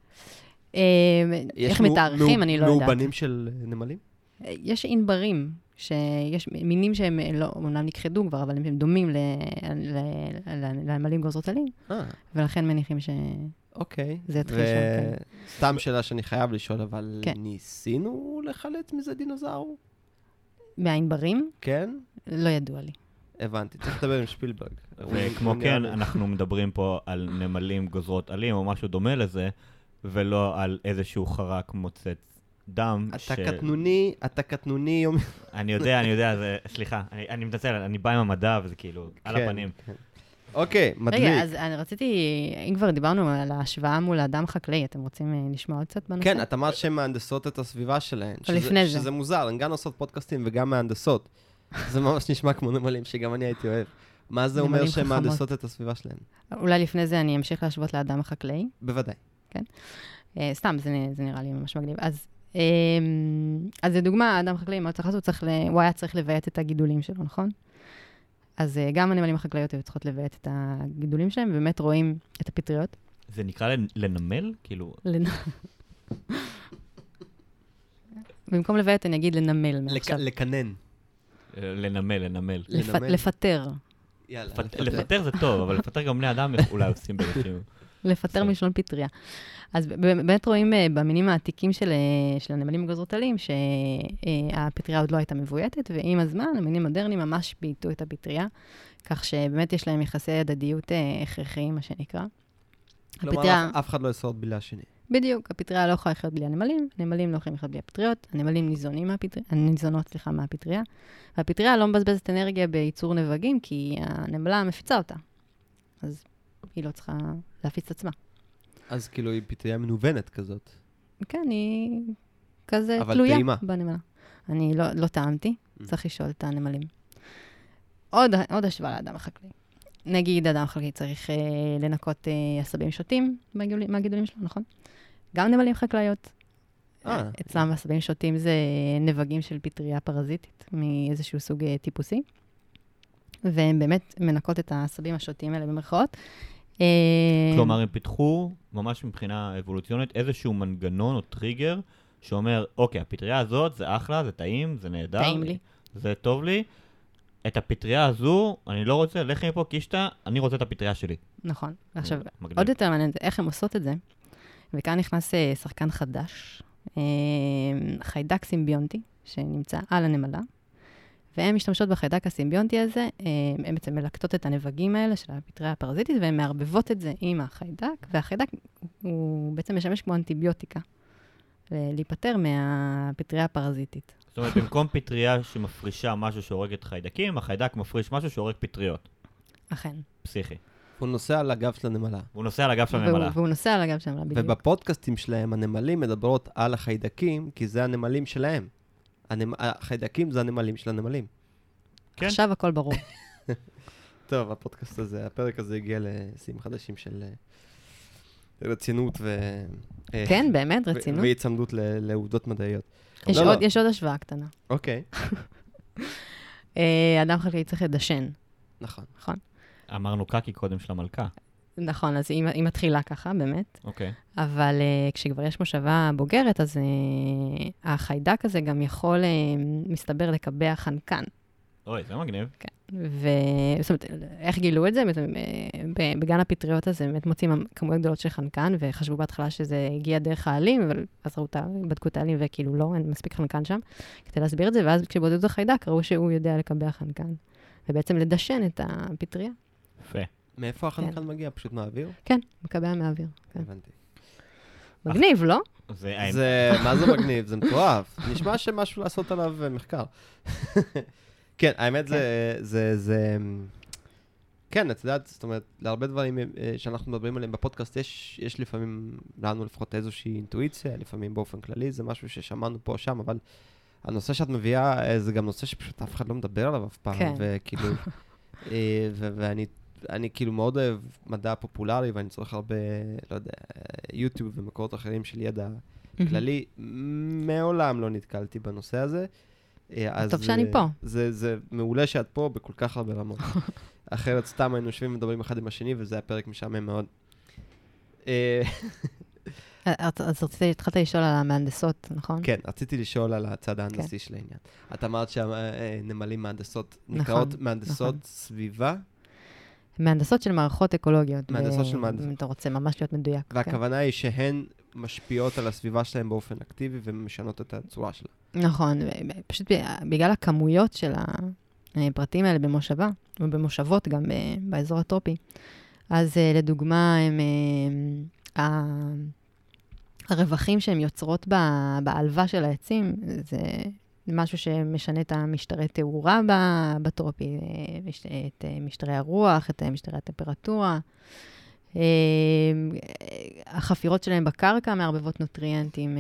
איך מתארכים, אני לא יודעת.
מאובנים של נמלים?
יש ענברים, שיש מינים שהם לא, אומנם נכחדו כבר, אבל הם דומים לנמלים גוזרות עלים, ולכן מניחים ש...
אוקיי.
זה התחיל שם, כן.
סתם שאלה שאני חייב לשאול, אבל ניסינו לחלץ מזה דינוזאור?
מהענברים?
כן.
לא ידוע לי.
הבנתי, צריך לדבר עם שפילברג.
וכמו כן, אנחנו מדברים פה על נמלים גוזרות עלים, או משהו דומה לזה, ולא על איזשהו חרק מוצץ דם.
אתה קטנוני, אתה קטנוני יום...
אני יודע, אני יודע, סליחה, אני מתנצל, אני בא עם המדע, וזה כאילו, על הפנים.
אוקיי, מדליק.
רגע, אז אני רציתי, אם כבר דיברנו על ההשוואה מול האדם חקלאי, אתם רוצים לשמוע עוד קצת בנושא?
כן, את אמרת שהן מהנדסות את הסביבה שלהן.
לפני זה.
שזה מוזר, הן גם עושות פודקאסטים וגם מהנדסות. זה ממש נשמע כמו נמלים שגם אני הייתי אוהב. מה זה אומר שהן מהנדסות את הסביבה שלהן?
אולי לפני זה אני אמשיך להשוות לאדם החקלאי.
בוודאי.
כן. סתם, זה נראה לי ממש מגניב. אז אז לדוגמה, האדם החקלאי, מה הוא צריך לעשות? הוא היה צריך לביית את הגידולים שלו, נכון? אז גם הנמלים החקלאיות היו צריכות לביית את הגידולים שלהם, ובאמת רואים את הפטריות.
זה נקרא לנמל? כאילו...
במקום לביית, אני אגיד לנמל מעכשיו.
לקנן.
לנמל, לנמל.
לפטר.
לפטר זה טוב, אבל לפטר גם בני אדם אולי עושים באיזשהו...
לפטר מלשון פטריה. אז באמת רואים במינים העתיקים של הנמלים גוזרות עלים, שהפטריה עוד לא הייתה מבויתת, ועם הזמן המינים מודרניים ממש בייתו את הפטריה, כך שבאמת יש להם יחסי הדדיות הכרחיים, מה שנקרא.
כלומר, אף אחד לא ישרוד בלי השני.
בדיוק, הפטריה לא יכולה לחיות בלי הנמלים, הנמלים לא יכולים לחיות בלי הפטריות, הנמלים ניזונים מהפטריה, ניזונות, סליחה, מהפטריה, והפטריה לא מבזבזת אנרגיה בייצור נבגים, כי הנמלה מפיצה אותה. אז היא לא צריכה להפיץ את עצמה.
אז כאילו היא פטריה מנוונת כזאת.
כן, היא כזה תלויה בנמלה. אני לא, לא טעמתי, צריך לשאול את הנמלים. עוד, עוד השוואה לאדם החקלאי. נגיד, אדם חקלאי צריך אה, לנקות אה, עשבים שוטים מהגידולים שלו, נכון? גם נמלים חקלאיות. אה. אצלם עשבים שוטים זה נבגים של פטריה פרזיטית, מאיזשהו סוג אה, טיפוסי. והן באמת מנקות את העשבים השוטים האלה במרכאות. אה,
כלומר, הם פיתחו, ממש מבחינה אבולוציונית, איזשהו מנגנון או טריגר, שאומר, אוקיי, הפטריה הזאת זה אחלה, זה טעים, זה נהדר.
טעים לי.
זה טוב לי. את הפטריה הזו, אני לא רוצה, לכי מפה קישתה, אני רוצה את הפטריה שלי.
נכון. עכשיו, עוד יותר מעניין זה איך הם עושות את זה, וכאן נכנס שחקן חדש, חיידק סימביונטי, שנמצא על הנמלה, והן משתמשות בחיידק הסימביונטי הזה, הן בעצם מלקטות את הנבגים האלה של הפטריה הפרזיטית, והן מערבבות את זה עם החיידק, והחיידק הוא בעצם משמש כמו אנטיביוטיקה להיפטר מהפטריה הפרזיטית.
זאת אומרת, במקום פטריה שמפרישה משהו שהורגת חיידקים, החיידק מפריש משהו שהורג פטריות.
אכן.
פסיכי.
הוא נוסע על הגב של הנמלה.
הוא נוסע על הגב של הנמלה.
והוא נוסע על הגב של הנמלה, בדיוק.
ובפודקאסטים שלהם, הנמלים מדברות על החיידקים, כי זה הנמלים שלהם. החיידקים זה הנמלים של הנמלים.
כן.
עכשיו הכל ברור.
טוב, הפודקאסט הזה, הפרק הזה הגיע לשיאים חדשים של רצינות ו...
כן, באמת, רצינות.
והצמדות לעובדות מדעיות.
יש עוד, יש עוד השוואה קטנה.
אוקיי.
אדם חקלאי צריך לדשן.
נכון.
נכון.
אמרנו קקי קודם של המלכה.
נכון, אז היא, היא מתחילה ככה, באמת.
אוקיי.
אבל uh, כשכבר יש מושבה בוגרת, אז uh, החיידק הזה גם יכול, uh, מסתבר, לקבע חנקן.
אוי, זה מגניב.
כן. וזאת אומרת, איך גילו את זה? בגן הפטריות הזה באמת מוצאים כמויות גדולות של חנקן, וחשבו בהתחלה שזה הגיע דרך העלים, אבל אז ראו, בדקו את העלים וכאילו לא, אין מספיק חנקן שם, כדי להסביר את זה, ואז כשבודקו את החיידק, ראו שהוא יודע לקבע חנקן, ובעצם לדשן את הפטריה.
יפה.
מאיפה החנקן מגיע? פשוט מהאוויר?
כן, מקבע מהאוויר.
הבנתי.
מגניב, לא?
זה, מה זה מגניב? זה מטורף. נשמע שמשהו לעשות עליו מחקר. כן, האמת זה, זה, זה, כן, את יודעת, זאת אומרת, להרבה דברים שאנחנו מדברים עליהם בפודקאסט, יש, יש לפעמים, לנו לפחות איזושהי אינטואיציה, לפעמים באופן כללי, זה משהו ששמענו פה או שם, אבל הנושא שאת מביאה, זה גם נושא שפשוט אף אחד לא מדבר עליו אף פעם,
כן.
וכאילו, ואני, אני כאילו מאוד אוהב מדע פופולרי, ואני צריך הרבה, לא יודע, יוטיוב ומקורות אחרים של ידע כללי, מעולם לא נתקלתי בנושא הזה,
טוב שאני פה.
זה, זה מעולה שאת פה בכל כך הרבה רמות. אחרת סתם היינו יושבים ומדברים אחד עם השני, וזה היה פרק משעמם מאוד.
אז רציתי, התחלת לשאול על המהנדסות, נכון?
כן, רציתי לשאול על הצד ההנדסי של העניין. את אמרת שהנמלים מהנדסות, נקראות מהנדסות סביבה?
מהנדסות של מערכות אקולוגיות.
מהנדסות של מהנדסות.
אם אתה רוצה ממש להיות מדויק.
והכוונה היא שהן משפיעות על הסביבה שלהם באופן אקטיבי ומשנות את הצורה שלה.
נכון, פשוט בגלל הכמויות של הפרטים האלה במושבה, ובמושבות גם באזור הטרופי, אז לדוגמה, הם, הרווחים שהן יוצרות בעלווה של העצים, זה משהו שמשנה את המשטרי תאורה בטרופי, את משטרי הרוח, את משטרי הטמפרטורה, החפירות שלהם בקרקע מערבבות נוטריאנטים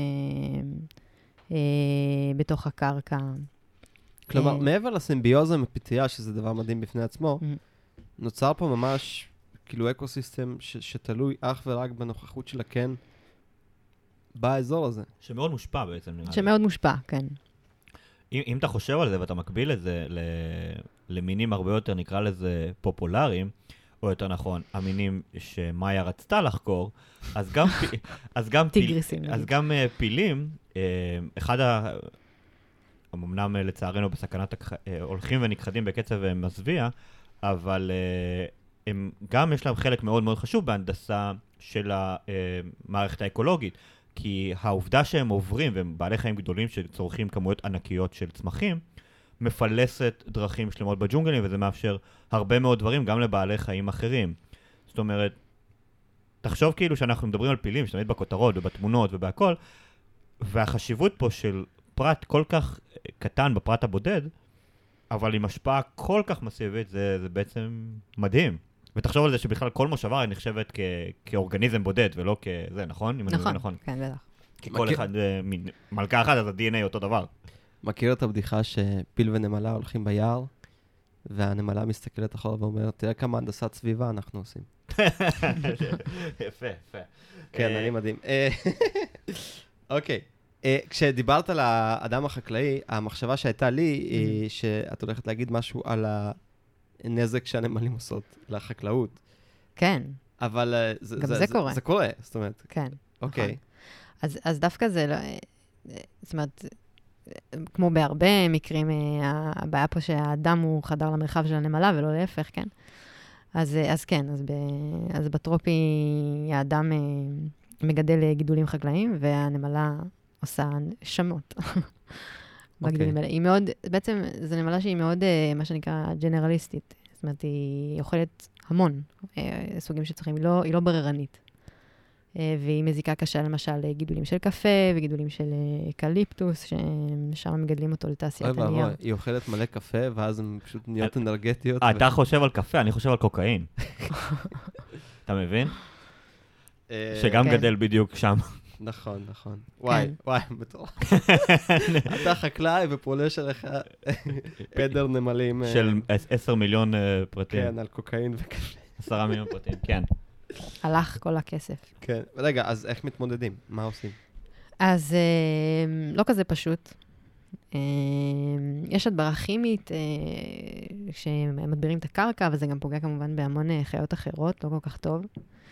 בתוך הקרקע.
כלומר, מעבר לסימביוזה מפטריה, שזה דבר מדהים בפני עצמו, נוצר פה ממש כאילו אקוסיסטם שתלוי אך ורק בנוכחות של הקן באזור הזה.
שמאוד מושפע בעצם.
שמאוד מושפע, כן.
אם, אם אתה חושב על זה ואתה מקביל את זה למינים הרבה יותר, נקרא לזה פופולריים, או יותר נכון, המינים שמאיה רצתה לחקור, אז גם, אז גם, פיל, אז גם uh, פילים, uh, אחד ה... אמנם לצערנו בסכנת הכ... uh, הולכים ונכחדים בקצב uh, מזוויע, אבל uh, הם גם יש להם חלק מאוד מאוד חשוב בהנדסה של המערכת האקולוגית, כי העובדה שהם עוברים, והם בעלי חיים גדולים שצורכים כמויות ענקיות של צמחים, מפלסת דרכים שלמות בג'ונגלים, וזה מאפשר הרבה מאוד דברים גם לבעלי חיים אחרים. זאת אומרת, תחשוב כאילו שאנחנו מדברים על פילים, שתמיד בכותרות ובתמונות ובהכל, והחשיבות פה של פרט כל כך קטן בפרט הבודד, אבל עם השפעה כל כך מסיבית, זה, זה בעצם מדהים. ותחשוב על זה שבכלל כל מושבה נחשבת כ- כאורגניזם בודד, ולא כזה, נכון?
נכון, נכון. כן, בטח.
כי כל אחד, מלכה אחת, אז ה-די אן איי אותו דבר.
מכיר את הבדיחה שפיל ונמלה הולכים ביער, והנמלה מסתכלת אחורה ואומרת, תראה כמה הנדסת סביבה אנחנו עושים.
יפה, יפה.
כן, אני מדהים. אוקיי, כשדיברת על האדם החקלאי, המחשבה שהייתה לי, היא שאת הולכת להגיד משהו על הנזק שהנמלים עושות לחקלאות.
כן.
אבל
גם זה קורה.
זה קורה, זאת אומרת.
כן.
אוקיי.
אז דווקא זה לא... זאת אומרת... כמו בהרבה מקרים, הבעיה פה שהאדם הוא חדר למרחב של הנמלה, ולא להפך, כן? אז, אז כן, אז, ב, אז בטרופי האדם מגדל גידולים חקלאיים, והנמלה עושה שמות. בגידולים האלה. היא מאוד, בעצם, זו נמלה שהיא מאוד, מה שנקרא, ג'נרליסטית. זאת אומרת, היא אוכלת המון סוגים שצריכים, היא לא, היא לא בררנית. והיא מזיקה קשה למשל גידולים של קפה וגידולים של אקליפטוס, ששם מגדלים אותו לתעשיית הנייר.
היא אוכלת מלא קפה, ואז הן פשוט נהיות אנרגטיות.
אתה חושב על קפה, אני חושב על קוקאין. אתה מבין? שגם גדל בדיוק שם.
נכון, נכון. וואי, וואי, מטורף. אתה חקלאי ופולש עליך עדר נמלים.
של עשר מיליון פרטים.
כן, על קוקאין וקפה.
עשרה מיליון פרטים, כן.
הלך כל הכסף.
כן. רגע, אז איך מתמודדים? מה עושים?
אז לא כזה פשוט. יש הדברה כימית שמדבירים את הקרקע, וזה גם פוגע כמובן בהמון חיות אחרות, לא כל כך טוב.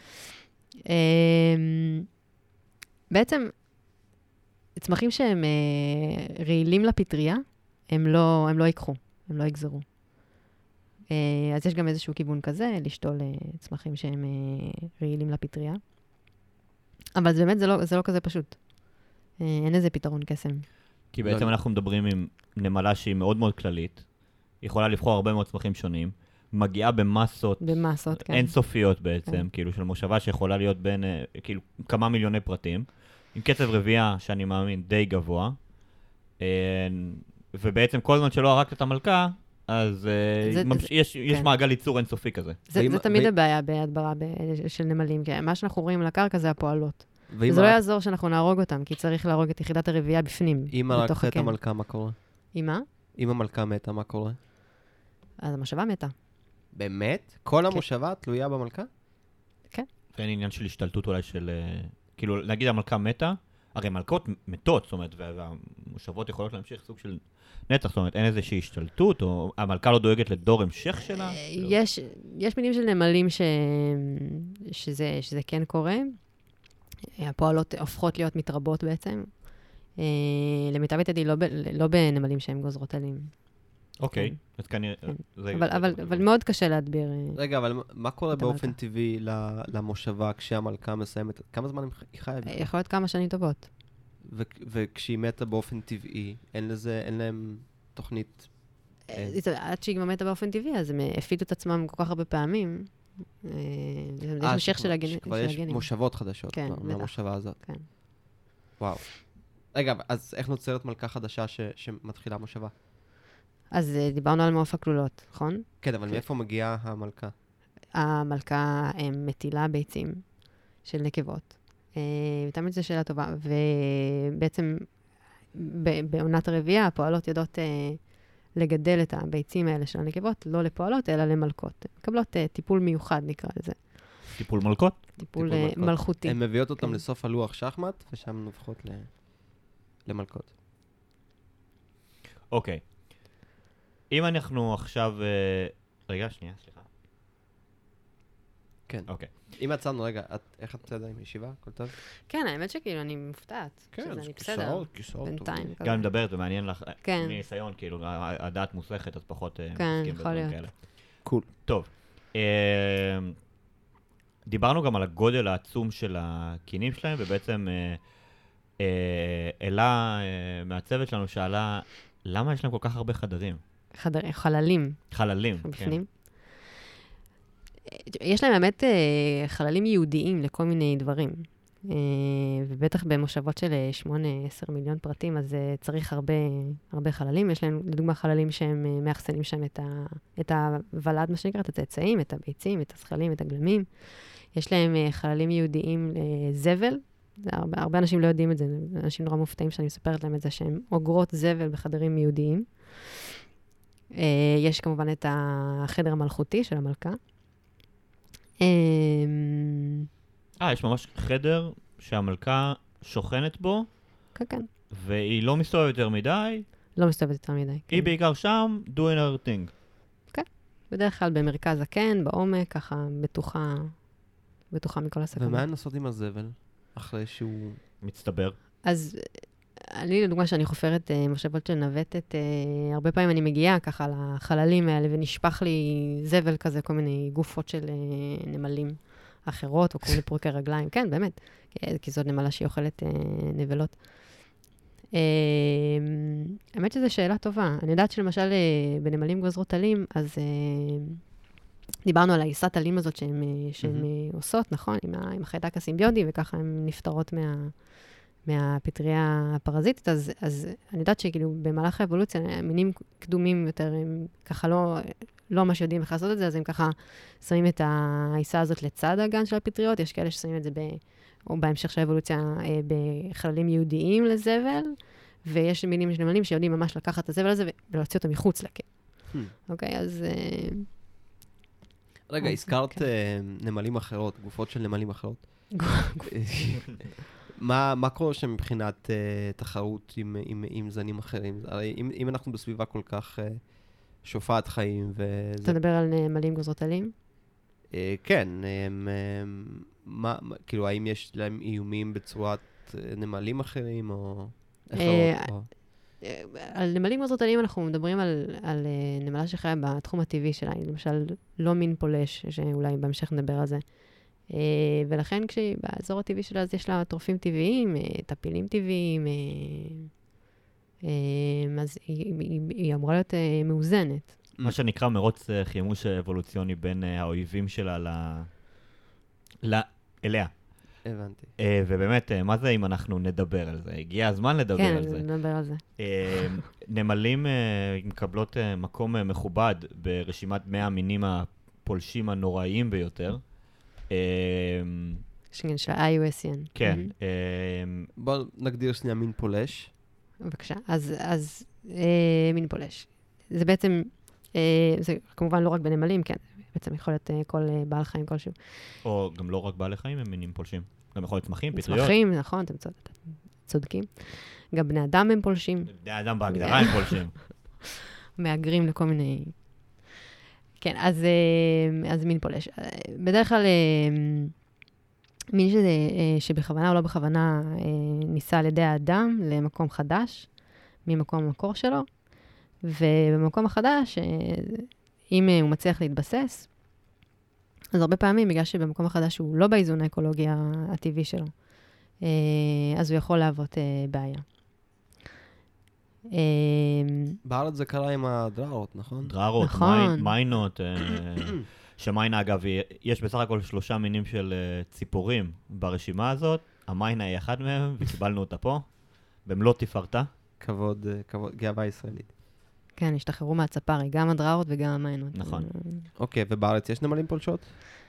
בעצם, צמחים שהם רעילים לפטריה, הם לא, הם לא ייקחו, הם לא יגזרו. אז יש גם איזשהו כיוון כזה, לשתול צמחים שהם רעילים לפטריה. אבל באמת זה לא, זה לא כזה פשוט. אין איזה פתרון קסם.
כי בעצם אנחנו מדברים עם נמלה שהיא מאוד מאוד כללית, יכולה לבחור הרבה מאוד צמחים שונים, מגיעה במסות,
במסות, כן.
אינסופיות בעצם, כאילו של מושבה שיכולה להיות בין, כאילו, כמה מיליוני פרטים, עם קצב רביעה שאני מאמין די גבוה, ובעצם כל זמן שלא הרגת את המלכה, אז יש מעגל ייצור אינסופי כזה.
זה תמיד הבעיה בהדברה של נמלים, כי מה שאנחנו רואים לקרקע זה הפועלות. וזה לא יעזור שאנחנו נהרוג אותם, כי צריך להרוג את יחידת הרבייה בפנים.
אם הרגת את המלכה, מה קורה?
אם מה?
אם המלכה מתה, מה קורה?
אז המושבה מתה.
באמת? כל המושבה תלויה במלכה?
כן.
ואין עניין של השתלטות אולי של... כאילו, נגיד המלכה מתה, הרי מלכות מתות, זאת אומרת, והמושבות יכולות להמשיך סוג של נצח, זאת אומרת, אין איזושהי השתלטות, או המלכה לא דואגת לדור המשך שלה?
יש, יש מינים של נמלים ש... שזה, שזה כן קורה. הפועלות הופכות להיות מתרבות בעצם. למיטב ידיעתי, לא, ב... לא בנמלים שהם גוזרות עלים.
אוקיי, אז כנראה...
אבל מאוד קשה להדביר.
רגע, אבל מה קורה באופן טבעי למושבה כשהמלכה מסיימת? כמה זמן היא חיה?
יכול להיות כמה שנים טובות.
וכשהיא מתה באופן טבעי, אין לזה, אין להם תוכנית...
עד שהיא מתה באופן טבעי, אז הם הפעילו את עצמם כל כך הרבה פעמים. יש המשך של הגנים.
כבר יש מושבות חדשות, מהמושבה הזאת.
כן.
וואו. רגע, אז איך נוצרת מלכה חדשה שמתחילה מושבה?
אז דיברנו על מעוף הכלולות, נכון?
כן, אבל מאיפה מגיעה המלכה?
המלכה מטילה ביצים של נקבות. תמיד זו שאלה טובה. ובעצם בעונת הרבייה, הפועלות יודעות לגדל את הביצים האלה של הנקבות, לא לפועלות, אלא למלכות. מקבלות טיפול מיוחד, נקרא לזה.
טיפול מלכות?
טיפול מלכותי.
הן מביאות אותם לסוף הלוח שחמט, ושם נופכות למלכות.
אוקיי. אם אנחנו עכשיו... רגע, שנייה, סליחה.
כן.
אוקיי.
אם עצרנו, רגע, איך את בסדר עם ישיבה? הכל טוב?
כן, האמת שכאילו אני מופתעת.
כן,
שזה
זה
אני בסדר.
כיסאות, כיסאות
בינתיים.
טובים.
גם מדברת ומעניין לך,
כן.
מניסיון, כאילו, הדעת מוסכת, אז פחות
כן,
מתעסקים
יכול
בדברים
להיות.
כאלה.
קול.
טוב. דיברנו גם על הגודל העצום של הקינים שלהם, ובעצם אלה מהצוות שלנו שאלה, למה יש להם כל כך הרבה חדרים?
חדר, חללים.
חללים,
בפנים. יש להם באמת חללים יהודיים לכל מיני דברים. ובטח במושבות של שמונה עשר מיליון פרטים, אז צריך הרבה, הרבה חללים. יש להם, לדוגמה, חללים שהם מאחסנים שם את, ה, את הוולד, מה שנקרא, את הצאצאים, את הביצים, את הזכלים, את הגלמים. יש להם חללים יהודיים לזבל. הרבה, הרבה אנשים לא יודעים את זה, אנשים נורא מופתעים שאני מספרת להם את זה, שהם אוגרות זבל בחדרים יהודיים. יש כמובן את החדר המלכותי של המלכה.
אה, יש ממש חדר שהמלכה שוכנת בו.
כן, כן.
והיא לא מסתובבת יותר מדי.
לא מסתובבת יותר מדי.
היא בעיקר שם, doing her thing.
כן. בדרך כלל במרכז הקן, בעומק, ככה בטוחה, בטוחה מכל הסכנות.
ומה הן עושות עם הזבל? אחרי שהוא
מצטבר.
אז אני, לדוגמה, שאני חופרת uh, מושבות של נווטת, uh, הרבה פעמים אני מגיעה ככה לחללים האלה, ונשפך לי זבל כזה, כל מיני גופות של uh, נמלים אחרות, או כל מיני פרוקי רגליים. כן, באמת, כי זאת נמלה שהיא אוכלת uh, נבלות. Uh, האמת שזו שאלה טובה. אני יודעת שלמשל uh, בנמלים גוזרות עלים, אז uh, דיברנו על העיסת הלים הזאת שהן mm-hmm. עושות, נכון? עם, ה, עם החיידק הסימביוטי, וככה הן נפטרות מה, מהפטריה הפרזיטית. אז, אז אני יודעת שכאילו במהלך האבולוציה, מינים קדומים יותר, הם ככה לא, לא ממש יודעים איך לעשות את זה, אז הם ככה שמים את העיסה הזאת לצד הגן של הפטריות. יש כאלה ששמים את זה ב, או בהמשך של האבולוציה בחללים יהודיים לזבל, ויש מינים של נמלים שיודעים ממש לקחת את הזבל הזה ולהוציא אותו מחוץ לקן. אוקיי, אז...
רגע, הזכרת נמלים אחרות, גופות של נמלים אחרות. מה קורה שם מבחינת תחרות עם זנים אחרים? הרי אם אנחנו בסביבה כל כך שופעת חיים ו...
אתה מדבר על נמלים גוזרות עלים?
כן, כאילו, האם יש להם איומים בצורת נמלים אחרים או...
על נמלים גוזרות עלים אנחנו מדברים על, על נמלה שחיה בתחום הטבעי שלה, למשל לא מין פולש, שאולי בהמשך נדבר על זה. ולכן כשבאזור הטבעי שלה אז יש לה טורפים טבעיים, טפילים טבעיים, אז היא, היא, היא אמורה להיות מאוזנת.
מה שנקרא מרוץ חימוש אבולוציוני בין האויבים שלה ל... ל... אליה.
הבנתי.
Uh, ובאמת, uh, מה זה אם אנחנו נדבר על זה? הגיע הזמן לדבר
כן,
על זה.
כן, נדבר על זה.
Uh, נמלים uh, מקבלות uh, מקום uh, מכובד ברשימת מאה המינים הפולשים הנוראיים ביותר. Uh,
שגן של ה-איי יו אס אן.
כן.
Mm-hmm.
Uh,
בואו נגדיר שנייה מין פולש.
בבקשה. אז, אז uh, מין פולש. זה בעצם, uh, זה כמובן לא רק בנמלים, כן. בעצם יכול להיות uh, כל uh, בעל חיים כלשהו.
או גם לא רק בעלי חיים הם מינים פולשים. גם יכול להיות צמחים, פטריות.
צמחים, נכון, אתם צוד, צודקים. גם בני אדם הם פולשים.
בני אדם בהגדרה הם פולשים.
מאגרים לכל מיני... כן, אז, uh, אז מין פולש. בדרך כלל, uh, מין שזה, uh, שבכוונה או לא בכוונה uh, ניסה על ידי האדם למקום חדש, ממקום המקור שלו, ובמקום החדש... Uh, אם הוא מצליח להתבסס, אז הרבה פעמים, בגלל שבמקום החדש הוא לא באיזון האקולוגי הטבעי שלו, אז הוא יכול להוות בעיה.
בארץ זה קרה עם הדררות, נכון?
דררות,
נכון.
מיינות, שמיינה אגב, יש בסך הכל שלושה מינים של ציפורים ברשימה הזאת, המיינה היא אחד מהם, וקיבלנו אותה פה, במלוא תפארתה.
כבוד, כבוד, גאווה ישראלית.
כן, השתחררו מהצפרי, גם הדררות וגם המיינות.
נכון.
אוקיי, ובארץ יש נמלים פולשות?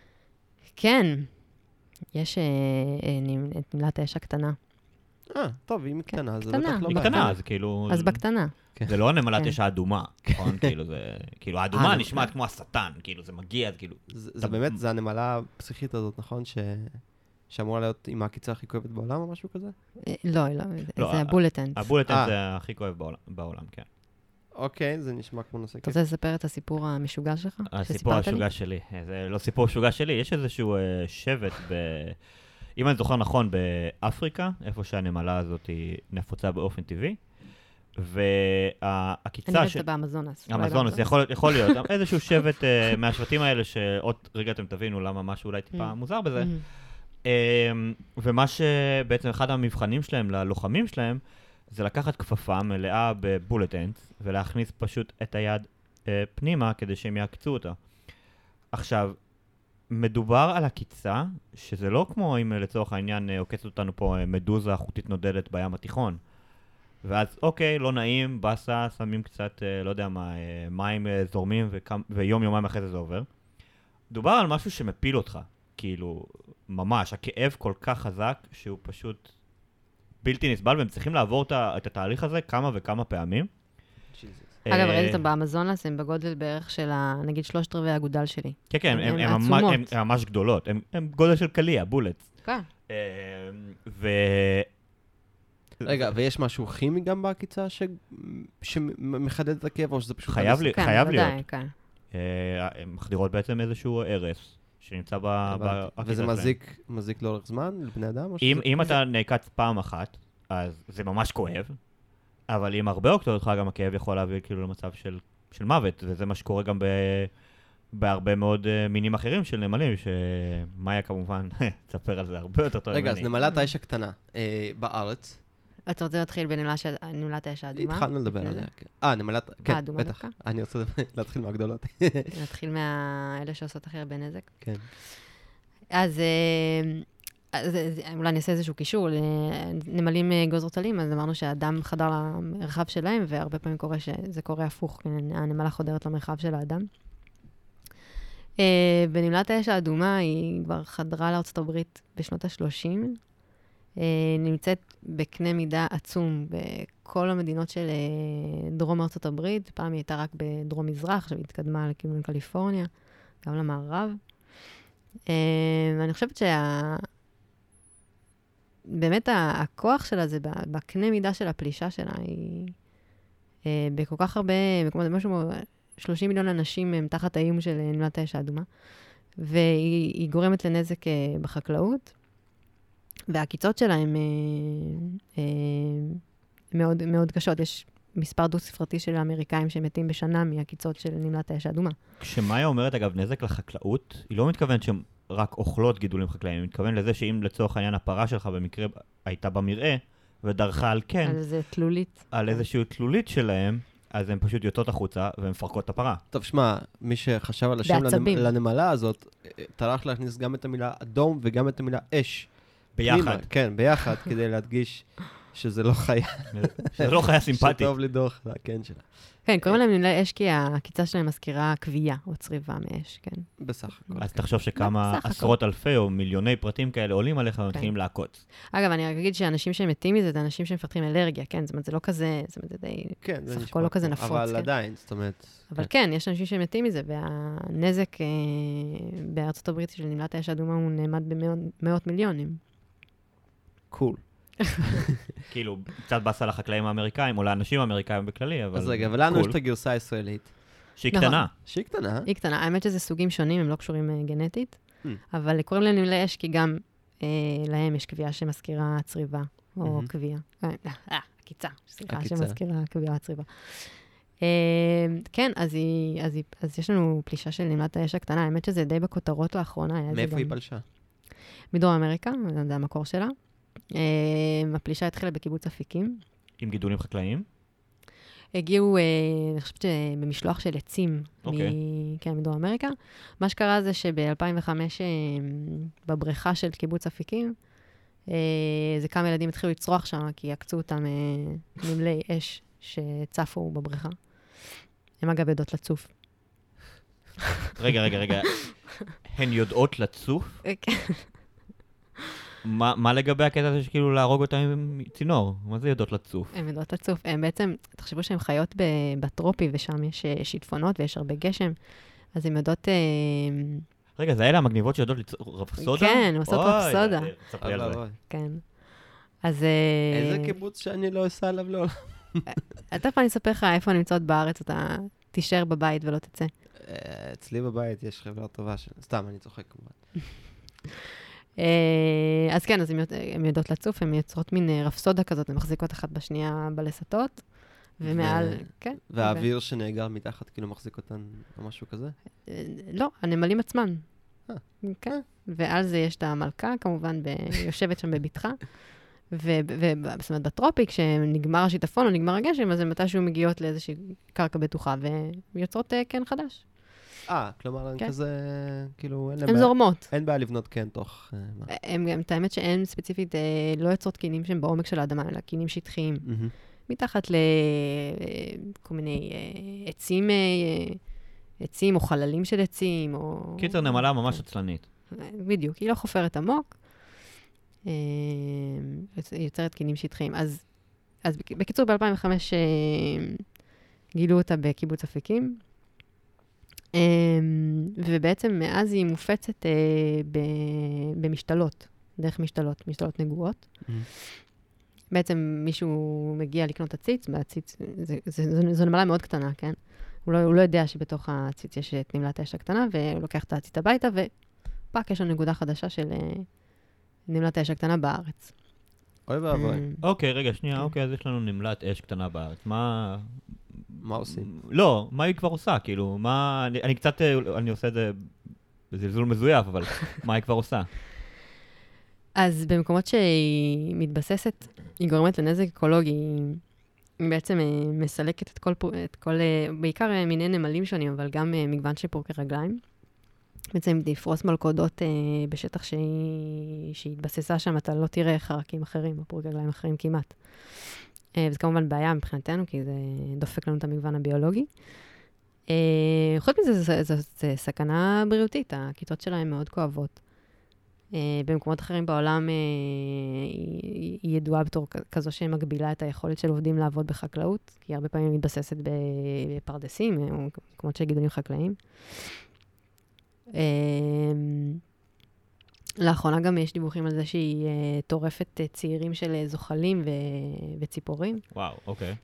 כן, יש את נמלת האש הקטנה.
אה, טוב, אם היא קטנה, זה
קטנה.
בטח לא
היא
בעיה.
קטנה, אז כאילו...
אז בקטנה.
זה לא נמלת
כן.
אש האדומה, נכון? כאילו זה... כאילו האדומה
אה,
נשמעת כמו השטן, כאילו זה מגיע, אז כאילו...
זה זה באמת, זה הנמלה הפסיכית הזאת, נכון? ש... שאמורה להיות עם העקיצה הכי כואבת בעולם או משהו כזה?
אה, לא, לא,
לא,
זה הבולטנס.
הבולטנס
אה.
זה הכי כואב בעולם- בעולם, כן.
אוקיי, זה נשמע כמו נושא
אתה רוצה לספר את הסיפור המשוגע שלך?
הסיפור
שסיפרת לי?
המשוגע שלי. זה לא סיפור משוגע שלי, יש איזשהו אה, שבט ב... אם אני זוכר נכון, באפריקה, איפה שהנמלה הזאת היא נפוצה באופן טבעי, והעקיצה...
אני יודעת באמזונס.
אמזונס, יכול, יכול להיות. איזשהו שבט uh, מהשבטים האלה, שעוד רגע אתם תבינו למה משהו אולי טיפה מוזר בזה. Um, ומה שבעצם אחד המבחנים שלהם, ללוחמים שלהם, זה לקחת כפפה מלאה בבולט אנדס, ולהכניס פשוט את היד uh, פנימה, כדי שהם יעקצו אותה. עכשיו, מדובר על עקיצה, שזה לא כמו אם לצורך העניין עוקצת אותנו פה מדוזה חוטית נודדת בים התיכון. ואז אוקיי, לא נעים, בסה, שמים קצת, לא יודע מה, מים זורמים וכמה, ויום יומיים אחרי זה זה עובר. דובר על משהו שמפיל אותך, כאילו, ממש, הכאב כל כך חזק שהוא פשוט בלתי נסבל, והם צריכים לעבור את התהליך הזה כמה וכמה פעמים.
אגב, ראיתי אותם באמזונס, הם בגודל בערך של, נגיד, שלושת רבעי הגודל שלי.
כן, כן, הן ממש גדולות, הן גודל של קליע, בולט.
כן.
ו...
רגע, ויש משהו כימי גם בעקיצה שמחדד את הכאב, או שזה פשוט...
חייב להיות.
כן.
הן מחדירות בעצם איזשהו ערס שנמצא בעקיצה.
וזה מזיק לאורך זמן לבני אדם?
אם אתה נעקץ פעם אחת, אז זה ממש כואב, אבל אם הרבה עוקצות אותך, גם הכאב יכול להביא כאילו למצב של מוות, וזה מה שקורה גם בהרבה מאוד מינים אחרים של נמלים, שמאיה כמובן תספר על זה הרבה יותר טוב ממני.
רגע, אז נמלת האש הקטנה בארץ,
אתה רוצה להתחיל בנמלת האש האדומה?
התחלנו לדבר עליה, כן. אה, נמלת, כן,
האדומה
בטח.
דווקא?
אני רוצה להתחיל מהגדולות.
נתחיל מהאלה שעושות הכי הרבה נזק.
כן.
אז אז, אולי אני אעשה איזשהו קישור, נמלים גוזרותלים, אז אמרנו שהאדם חדר למרחב שלהם, והרבה פעמים קורה שזה קורה הפוך, הנמלה חודרת למרחב של האדם. בנמלת האש האדומה היא כבר חדרה לארצות הברית בשנות ה-שלושים, נמצאת בקנה מידה עצום בכל המדינות של דרום ארצות הברית, פעם היא הייתה רק בדרום מזרח, עכשיו היא התקדמה לכיוון קליפורניה, גם למערב. ואני חושבת שה... באמת הכוח שלה זה בקנה מידה של הפלישה שלה, היא בכל כך הרבה, זה משהו, שלושים מיליון אנשים הם תחת האיום של נמלת האש האדומה, והיא גורמת לנזק בחקלאות, והקיצות שלה הן מאוד, מאוד קשות. יש מספר דו-ספרתי של האמריקאים שמתים בשנה מהקיצות של נמלת האש האדומה.
כשמאיה אומרת, אגב, נזק לחקלאות, היא לא מתכוונת שהן רק אוכלות גידולים חקלאיים, היא מתכוונת לזה שאם לצורך העניין הפרה שלך במקרה הייתה במרעה, ודרכה על כן,
על איזה תלולית.
על איזושהי תלולית שלהם, אז הן פשוט יוצאות החוצה ומפרקות את הפרה.
טוב, שמע, מי שחשב על השם
בעצבים.
לנמלה הזאת, טרח להכניס גם את המילה אדום וגם את המילה אש.
ביחד.
פנימה, כן, ביחד, כדי להדגיש שזה לא חיה.
שזה לא חיה סימפטית.
שטוב לדוח לקן שלה.
כן, קוראים להם נמלי אש כי הקיצה שלהם מזכירה קביעה או צריבה מאש, כן.
בסך הכל.
אז תחשוב שכמה
בסך הכל.
עשרות אלפי או מיליוני פרטים כאלה עולים עליך ומתחילים לעקוץ.
אגב, אני רק אגיד שאנשים שמתים מזה, זה אנשים שמפתחים אלרגיה, כן? זאת אומרת, זה לא כזה, זאת אומרת, זה די...
כן, זה
סך
נשמע
הכל לא כזה
טוב,
נפוץ,
אבל
כן.
עדיין, זאת אומרת...
אבל כן, יש אנשים שמתים מזה, והנזק אה, בארצות הברית של נמלת האש האדומה הוא נאמד במאות מיליונים.
קול.
כאילו, קצת בסה לחקלאים האמריקאים, או לאנשים האמריקאים בכללי, אבל...
אז רגע, ולנו יש את הגרסה הישראלית.
שהיא
נכון.
קטנה.
שהיא קטנה.
היא קטנה. האמת שזה סוגים שונים, הם לא קשורים אה, גנטית,
Hmm.
אבל קוראים להם נמלי אש כי גם אה, להם יש קביעה שמזכירה צריבה, או
Mhm.
קביעה. אה, אה, עקיצה, סליחה,
עקיצה.
שמזכירה קביעה או צריבה. אה, כן, אז, היא, אז, היא, אז יש לנו פלישה של נמלת האש הקטנה, האמת שזה די בכותרות לאחרונה. היה זה
מאיפה
גם-
היא פלשה?
מדרום אמריקה, זה המקור שלה. Uh, הפלישה התחילה בקיבוץ אפיקים.
עם גידולים חקלאיים.
הגיעו, uh, אני חושבת שבמשלוח של עצים,
אוקיי.
מ- כן, מדרום אמריקה. מה שקרה זה שב-אלפיים וחמש, uh, בבריכה של קיבוץ אפיקים, uh, זה כמה ילדים התחילו לצרוח שם, כי עקצו אותם uh, נמלי אש שצפו בבריכה. הם אגב יודעות לצוף.
רגע, רגע, רגע. הן יודעות לצוף? מה, מה לגבי הקטע הזה שכאילו להרוג אותם עם צינור? מה זה יודעות לצוף?
הן יודעות לצוף. הם בעצם, תחשבו שהן חיות ב- בטרופי, ושם יש אה, שיטפונות ויש הרבה גשם, אז הן יודעות... אה,
רגע, זה אלה המגניבות שיודעות ליצור רפסודה?
כן, עושות רפסודה.
אוי, תספרי על זה.
כן. אז... אה,
איזה קיבוץ שאני לא אסע עליו לעולם.
תכף אני אספר לך איפה נמצאות בארץ, אתה תישאר בבית ולא תצא.
אה, אצלי בבית יש חברה טובה של... סתם, אני צוחק כמובן.
אה, אז כן, אז הן יודע- הן יודעות לצוף, הן יוצרות מין אה, רפסודה כזאת, הן מחזיקות אחת בשנייה בלסתות, ומעל...
ו-
כן.
והאוויר שנאגר מתחת כאילו מחזיק אותן או משהו כזה?
אה, לא, הנמלים עצמן.
אה.
כן. ועל זה יש את המלכה, כמובן, ב- יושבת שם בביתך. וזאת אומרת, בטרופי, כשנגמר השיטפון או נגמר הגשם, אז הן מתישהו מגיעות לאיזושהי קרקע בטוחה, ויוצרות אה, קן חדש.
אה, כלומר, הן
כן.
כזה, כאילו, אין להם
הן
בעיה-
זורמות.
אין בעיה לבנות קן תוך... אה, מה?
הם גם, את האמת שאין ספציפית, אה, לא יוצרות קינים שהם בעומק של האדמה, אלא קינים שטחיים.
מהמם.
מתחת לכל מיני אה, עצים, אה, עצים או חללים של עצים, או...
קיצר, נמלה ממש עצלנית.
בדיוק, היא לא חופרת עמוק, אה, יוצ- היא יוצרת קינים שטחיים. אז, אז בק- בקיצור, ב-אלפיים וחמש אה, גילו אותה בקיבוץ אפיקים, אה, ובעצם מאז היא מופצת אה, ב- במשתלות, דרך משתלות, משתלות נגועות.
מהמם.
בעצם מישהו מגיע לקנות עציץ, והעציץ, זה, זה, זה, זו נמלה מאוד קטנה, כן? הוא לא, הוא לא יודע שבתוך העציץ יש את נמלת האש הקטנה, והוא לוקח את העציץ הביתה, ופאק, יש לנו נקודה חדשה של אה, נמלת האש הקטנה בארץ.
אוי ואבוי,
אה,
אוקיי, רגע, שנייה,
כן.
אוקיי, אז יש לנו נמלת אש קטנה בארץ. מה...
מה עושים?
לא, מה היא כבר עושה? כאילו, מה... אני, אני קצת, אה, אני עושה את זה בזלזול מזויף, אבל מה היא כבר עושה?
אז במקומות שהיא מתבססת, היא גורמת לנזק אקולוגי, היא בעצם מסלקת את כל, את כל בעיקר מיני נמלים שונים, אבל גם מגוון של פורקי רגליים. בעצם לפרוס מלכודות בשטח שהיא, שהיא התבססה שם, אתה לא תראה חרקים אחרים, או פורקי רגליים אחרים כמעט. וזה כמובן בעיה מבחינתנו, כי זה דופק לנו את המגוון הביולוגי. חוץ מזה, זו סכנה בריאותית, הכיתות שלהם מאוד כואבות. במקומות אחרים בעולם היא ידועה בתור כזו שמגבילה את היכולת של עובדים לעבוד בחקלאות, כי היא הרבה פעמים מתבססת בפרדסים, או מקומות של גידולים חקלאיים. לאחרונה גם יש דיווחים על זה שהיא טורפת צעירים של זוחלים וציפורים.
וואו, אוקיי.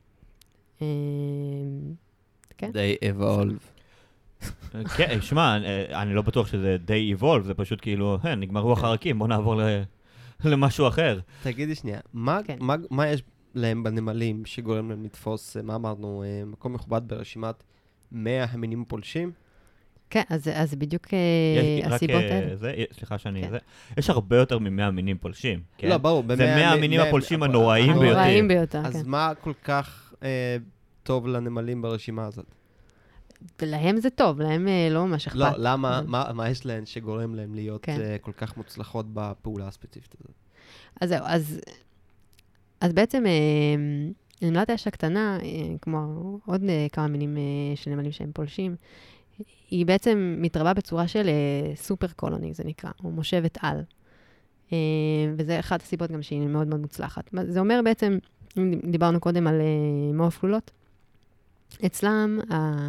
כן.
They evolve.
כן, שמע, אני לא בטוח שזה די evolve, זה פשוט כאילו, נגמרו החרקים, בוא נעבור למשהו אחר.
תגידי שנייה, מה יש להם בנמלים שגורם להם לתפוס, מה אמרנו, מקום מכובד ברשימת מאה המינים פולשים?
כן, אז זה בדיוק הסיבות האלה.
סליחה שאני... יש הרבה יותר ממאה מינים פולשים.
לא, ברור.
זה מאה המינים הפולשים הנוראים ביותר.
הנוראים ביותר, כן.
אז מה כל כך טוב לנמלים ברשימה הזאת?
להם זה טוב, להם לא ממש אכפת.
לא, למה, מה יש להן שגורם להם להיות כל כך מוצלחות בפעולה הספציפית הזאת?
אז זהו, אז בעצם נמלת האש הקטנה, כמו עוד כמה מינים של נמלים שהם פולשים, היא בעצם מתרבה בצורה של סופר קולוני, זה נקרא, או מושבת על. וזה אחת הסיבות גם שהיא מאוד מאוד מוצלחת. זה אומר בעצם, דיברנו קודם על מעוף כלולות, אצלם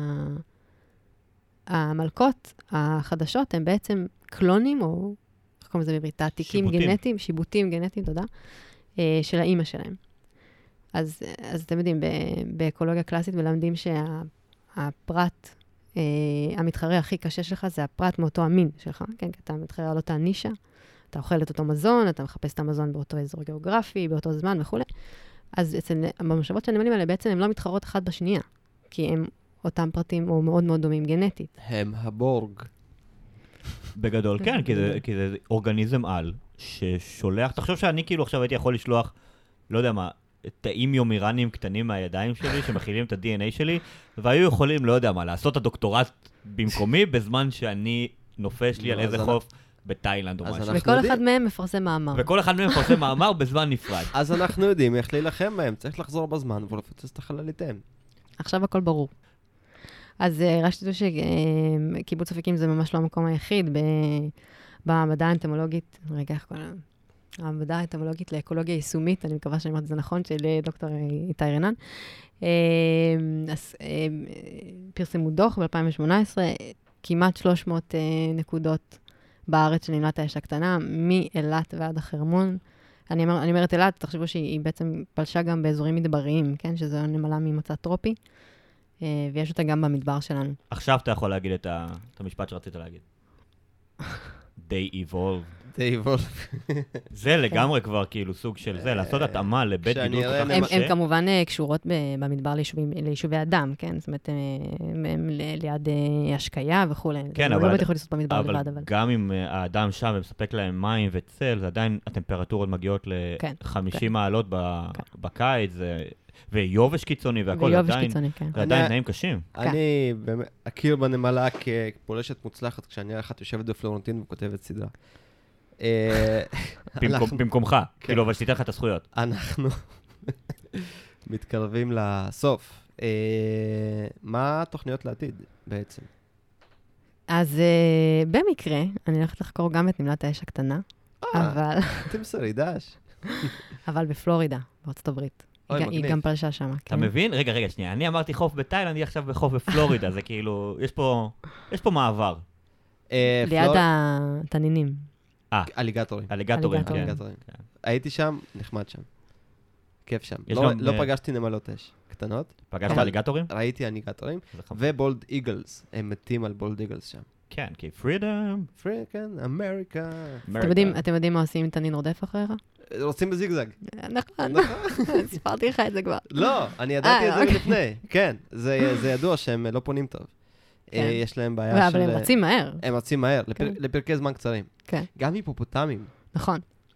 המלכות החדשות הם בעצם קלונים, או איך קוראים לזה בברית, תעתיקים גנטיים, שיבוטים גנטיים, תודה, של האימא שלהם. אז, אז אתם יודעים, באקולוגיה קלאסית מלמדים שהפרט, המתחרה הכי קשה שלך זה הפרט מאותו המין שלך, כן? כי אתה מתחרה על אותה נישה, אתה אוכל את אותו מזון, אתה מחפש את המזון באותו אזור גיאוגרפי, באותו זמן וכו'. אז אצל, במושבות של הנמלים האלה בעצם הם לא מתחרות אחת בשנייה, כי הם אותם פרטים או מאוד מאוד דומים גנטית. הם
הבורג.
בגדול, כן, כי זה, כי זה אורגניזם על ששולח, תחשוב שאני כאילו עכשיו הייתי יכול לשלוח, לא יודע מה, תאים יומירניים קטנים מהידיים שלי, שמכילים את ה-די אן איי שלי, והיו יכולים, לא יודע מה, לעשות את הדוקטורט במקומי, בזמן שאני נופש לי על איזה חוף בתאילנד או משהו.
וכל אחד מהם מפרסם מאמר.
וכל אחד מהם מפרסם מאמר בזמן נפרד.
אז אנחנו יודעים איך להילחם בהם, צריך לחזור בזמן ולפוצץ את החלליתם.
עכשיו הכל ברור. אז רק שתדעו שקיבוץ אפיקים זה ממש לא המקום היחיד במדע האנטומולוגית, רגע, איך קוראים? המדע האנטומולוגית לאקולוגיה יישומית, אני מקווה שאני אומרת את זה נכון, של דוקטור איתי רנן. אז פרסמו דוח ב-אלפיים שמונה עשרה, כמעט שלוש מאות נקודות בארץ של נמלת האש הקטנה, מאילת ועד החרמון. אני אומר, אני אומרת אילת, תחשבו שהיא בעצם פלשה גם באזורים מדבריים, כן? שזו נמלה ממוצא טרופי, ויש אותה גם במדבר שלנו.
עכשיו אתה יכול להגיד את המשפט שרצית להגיד. They evolve.
They evolve.
זה לגמרי כבר כאילו סוג של זה, לעשות התאמה לבית גידול כל כך קשה.
הן כמובן קשורות במדבר ליישובי אדם, כן? זאת אומרת, ליד השקיה וכו'.
כן, אבל גם אם האדם שם ומספק להם מים וצל, זה עדיין הטמפרטורות מגיעות ל-חמישים מעלות בקיץ, ויובש קיצוני והכל, עדיין תנאים קשים.
אני אכיר בנמלה כפולשת מוצלחת כשאני אחת יושבת בפלורנטין וכותבת סדרה.
במקומך, כאילו, אבל שתיתן לך את הזכויות.
אנחנו מתקרבים לסוף. מה התוכניות לעתיד בעצם?
אז במקרה, אני הולכת לחקור גם את נמלת האש הקטנה, אבל...
תמסרי דש.
אבל בפלורידה, בארצות הברית. היא גם פלשה שם.
אתה מבין? רגע, רגע, שנייה. אני אמרתי חוף בתאילנד, אני עכשיו בחוף בפלורידה. זה כאילו, יש פה מעבר.
ליד התנינים.
אה,
אליגטורים.
אליגטורים, כן.
הייתי שם, נחמד שם. כיף שם. לא פגשתי נמלות אש קטנות.
פגשת אליגטורים?
ראיתי אליגטורים. ובולד איגלס. הם מתים על בולד איגלס שם.
כן, כי פרידום.
פרידום, כן, אמריקה.
אתם יודעים מה עושים עם תנין רודף אחריך?
רוצים בזיגזג.
נכון. ספרתי לך את זה כבר.
לא, אני ידעתי את זה לפני. כן, זה ידוע שהם לא פונים טוב. יש להם בעיה של...
אבל הם רצים מהר.
הם רצים מהר, לפרקי זמן קצרים. גם היפופוטמים.
נכון.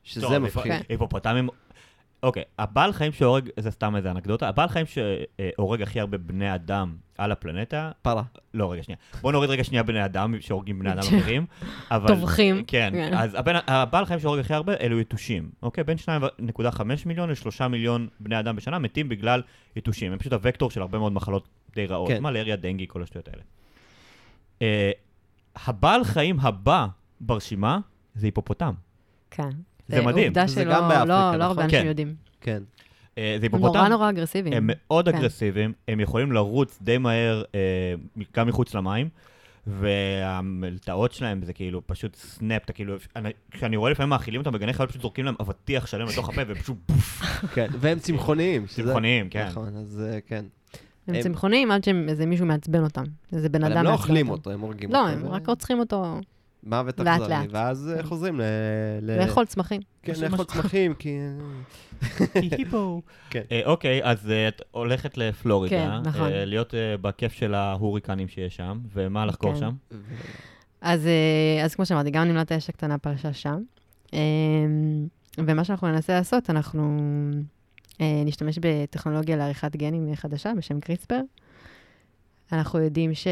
שזה מפחיד.
היפופוטמים... אוקיי, הבעל חיים שהורג, זה סתם איזה אנקדוטה, הבעל חיים שהורג הכי הרבה בני אדם על הפלנטה...
פרה.
לא, רגע, שנייה. בוא נוריד רגע שנייה בני אדם שהורגים בני אדם אחרים.
טובחים.
כן, אז הבעל חיים שהורג הכי הרבה אלו יתושים. אוקיי, בין שניים נקודה חמש מיליון לשלושה מיליון בני אדם בשנה מתים בגלל יתושים. הם פשוט הוקטור של הרבה מאוד מחלות די רעות. מלריה, דנגי, כל השטויות האלה. הבעל חיים הבא ברשימה זה היפופוטם.
כן.
זה מדהים.
זה גם באפריקה, לא הרבה אנשים יודעים.
כן.
זה היפופוטם.
הם נורא נורא אגרסיביים.
הם מאוד אגרסיביים, הם יכולים לרוץ די מהר, גם מחוץ למים, והמלטעות שלהם זה כאילו פשוט סנאפ, אתה כאילו, כשאני רואה לפעמים מאכילים אותם בגני חיות, פשוט זורקים להם אבטיח שלם לתוך הפה, ופשוט בוף.
כן, והם צמחוניים.
צמחוניים, כן.
נכון, אז כן.
הם צמחוניים עד שאיזה מישהו מעצבן אותם. איזה בן אדם מעצבן אותם.
אבל הם לא אוכלים אותו, הם הורגים אותו.
לא, הם רק רוצחים אותו
מוות אכזרי, ואז חוזרים ל...
לאכול צמחים.
כן, לאכול צמחים, כי...
כי היפו. אוקיי, אז את הולכת לפלורידה, להיות בכיף של ההוריקנים שיש שם, ומה לחקור שם?
אז כמו שאמרתי, גם נמלט האש הקטנה פרשה שם, ומה שאנחנו ננסה לעשות, אנחנו נשתמש בטכנולוגיה לעריכת גנים חדשה בשם קריספר. אנחנו יודעים ש...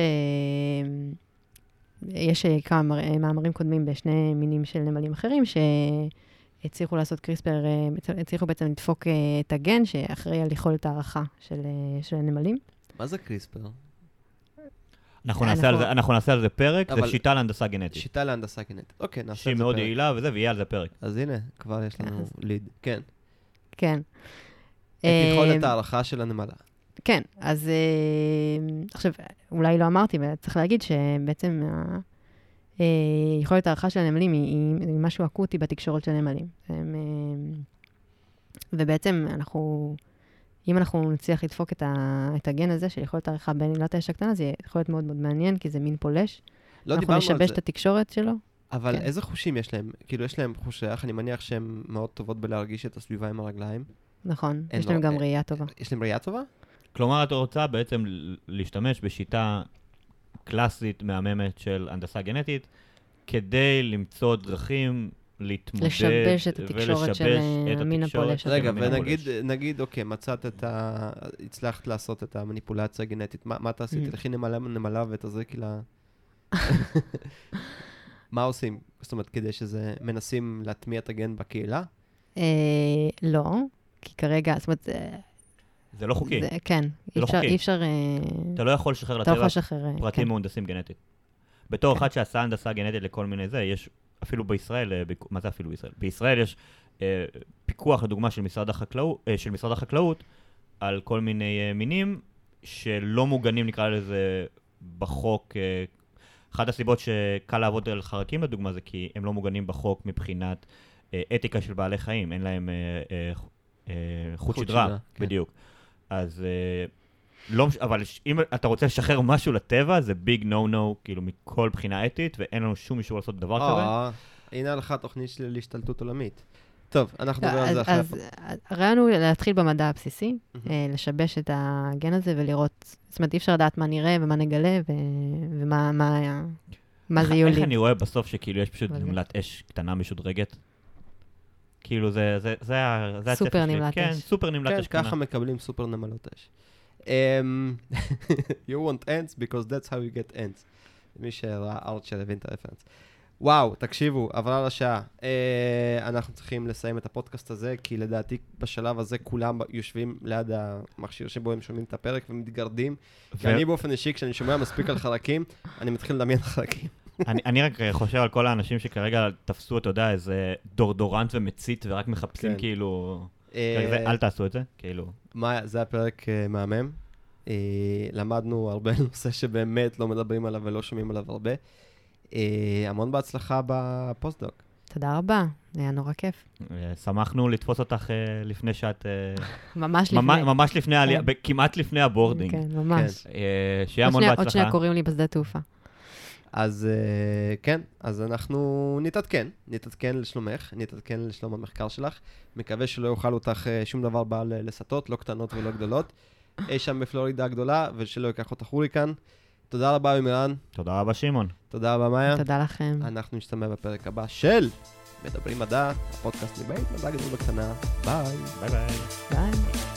יש כמה מאמרים קודמים בשני מינים של נמלים אחרים, שהצליחו לעשות קריספר, הצליחו בעצם לדפוק את הגן, שאחראי על יכולת הערכה של, של הנמלים.
מה זה קריספר?
אנחנו נעשה על זה, אנחנו נעשה על זה פרק, זה שיטה להנדסה גנטית.
שיטה להנדסה גנטית. אוקיי, נעשה על זה
פרק. שהיא מאוד יעילה וזה, ויהיה על זה פרק.
אז הנה, כבר יש לנו ליד. כן.
כן.
את יכולת הערכה של הנמלה.
כן, אז עכשיו, אולי לא אמרתי, אבל צריך להגיד שבעצם יכולת הערכה של הנמלים היא משהו אקוטי בתקשורת של הנמלים. ובעצם אנחנו, אם אנחנו נצליח לדפוק את הגן הזה של יכולת הערכה בנמלת האש הקטנה, זה יכול להיות מאוד מאוד מעניין, כי זה מין פולש. אנחנו נשבש את התקשורת שלו.
אבל איזה חושים יש להם? כאילו, יש להם חוש ריח, אני מניח שהם מאוד טובות בלהרגיש את הסביבה עם הרגליים.
נכון, יש להם גם ראייה טובה.
יש להם ראייה טובה?
כלומר, את רוצה בעצם להשתמש בשיטה קלאסית מהממת של הנדסה גנטית, כדי למצוא דרכים להתמודד
לשבש את התקשורת של המין הפולש.
רגע, ונגיד, אוקיי, מצאת את ה... הצלחת לעשות את המניפולציה הגנטית. מה אתה עשית? תלכי נמלה ותזריקי לה... מה עושים? זאת אומרת, כדי שזה מנסים להטמיע את הגן בקהילה?
לא, כי כרגע, זאת אומרת...
זה לא חוקי.
כן, אי אפשר...
אתה לא יכול לשחרר לטבע פרטים מהונדסים גנטית. בתור אחד שעשה הנדסה גנטית לכל מיני זה, יש אפילו בישראל, מה זה אפילו בישראל? בישראל יש פיקוח, לדוגמה, של משרד החקלאות, של משרד החקלאות, על כל מיני מינים שלא מוגנים, נקרא לזה, בחוק. אחת הסיבות שקל לעבוד על חרקים, לדוגמה, זה כי הם לא מוגנים בחוק מבחינת אתיקה של בעלי חיים, אין להם חוט שדרה, בדיוק. אז לא, אבל אם אתה רוצה לשחרר משהו לטבע, זה ביג נו נו, כאילו מכל בחינה אתית, ואין לנו שום אישור לעשות דבר כזה.
הנה לך תוכנית של השתלטות עולמית. טוב, אנחנו נדבר על זה אחרי.
אז הרעיון הוא להתחיל במדע הבסיסי, לשבש את הגן הזה ולראות, זאת אומרת, אי אפשר לדעת מה נראה ומה נגלה ומה זה יוליד.
איך אני רואה בסוף שכאילו יש פשוט נמלת אש קטנה משודרגת? כאילו זה, זה, זה, זה
סופר נמלת אש.
כן, סופר נמלת אש קטנה.
ככה מקבלים סופר נמלות אש. You want ants because that's how you get ants. מי שראה ארצ'ר הבין את הרפרנס. וואו, תקשיבו, עברה לשעה. אנחנו צריכים לסיים את הפודקאסט הזה, כי לדעתי בשלב הזה כולם יושבים ליד המכשיר שבו הם שומעים את הפרק ומתגרדים. כי אני באופן אישי, כשאני שומע מספיק על חלקים, אני מתחיל לדמיין חלקים.
אני רק חושב על כל האנשים שכרגע תפסו, אתה יודע, איזה דורדורנט ומצית ורק מחפשים כאילו... אל תעשו את זה, כאילו.
מאיה, זה הפרק מהמם. למדנו הרבה נושא שבאמת לא מדברים עליו ולא שומעים עליו הרבה. המון בהצלחה בפוסט-דוק.
תודה רבה, היה נורא כיף.
שמחנו לתפוס אותך לפני שאת...
ממש לפני.
ממש לפני העלייה, כמעט לפני הבורדינג.
כן, ממש.
שיהיה המון בהצלחה.
עוד שנייה קוראים לי בשדה תעופה.
אז כן, אז אנחנו נתעדכן, נתעדכן לשלומך, נתעדכן לשלום המחקר שלך. מקווה שלא יאכל אותך שום דבר בעל לסתות, לא קטנות ולא גדולות. אי שם בפלורידה הגדולה, ושלא ייקח אותך הוריקן. תודה רבה, מירן.
תודה רבה, שמעון.
תודה רבה, מאיה.
תודה לכם.
אנחנו נשתמע בפרק הבא של מדברים מדע, הפודקאסט מבית מדע גדול בקטנה. ביי.
ביי ביי.
ביי.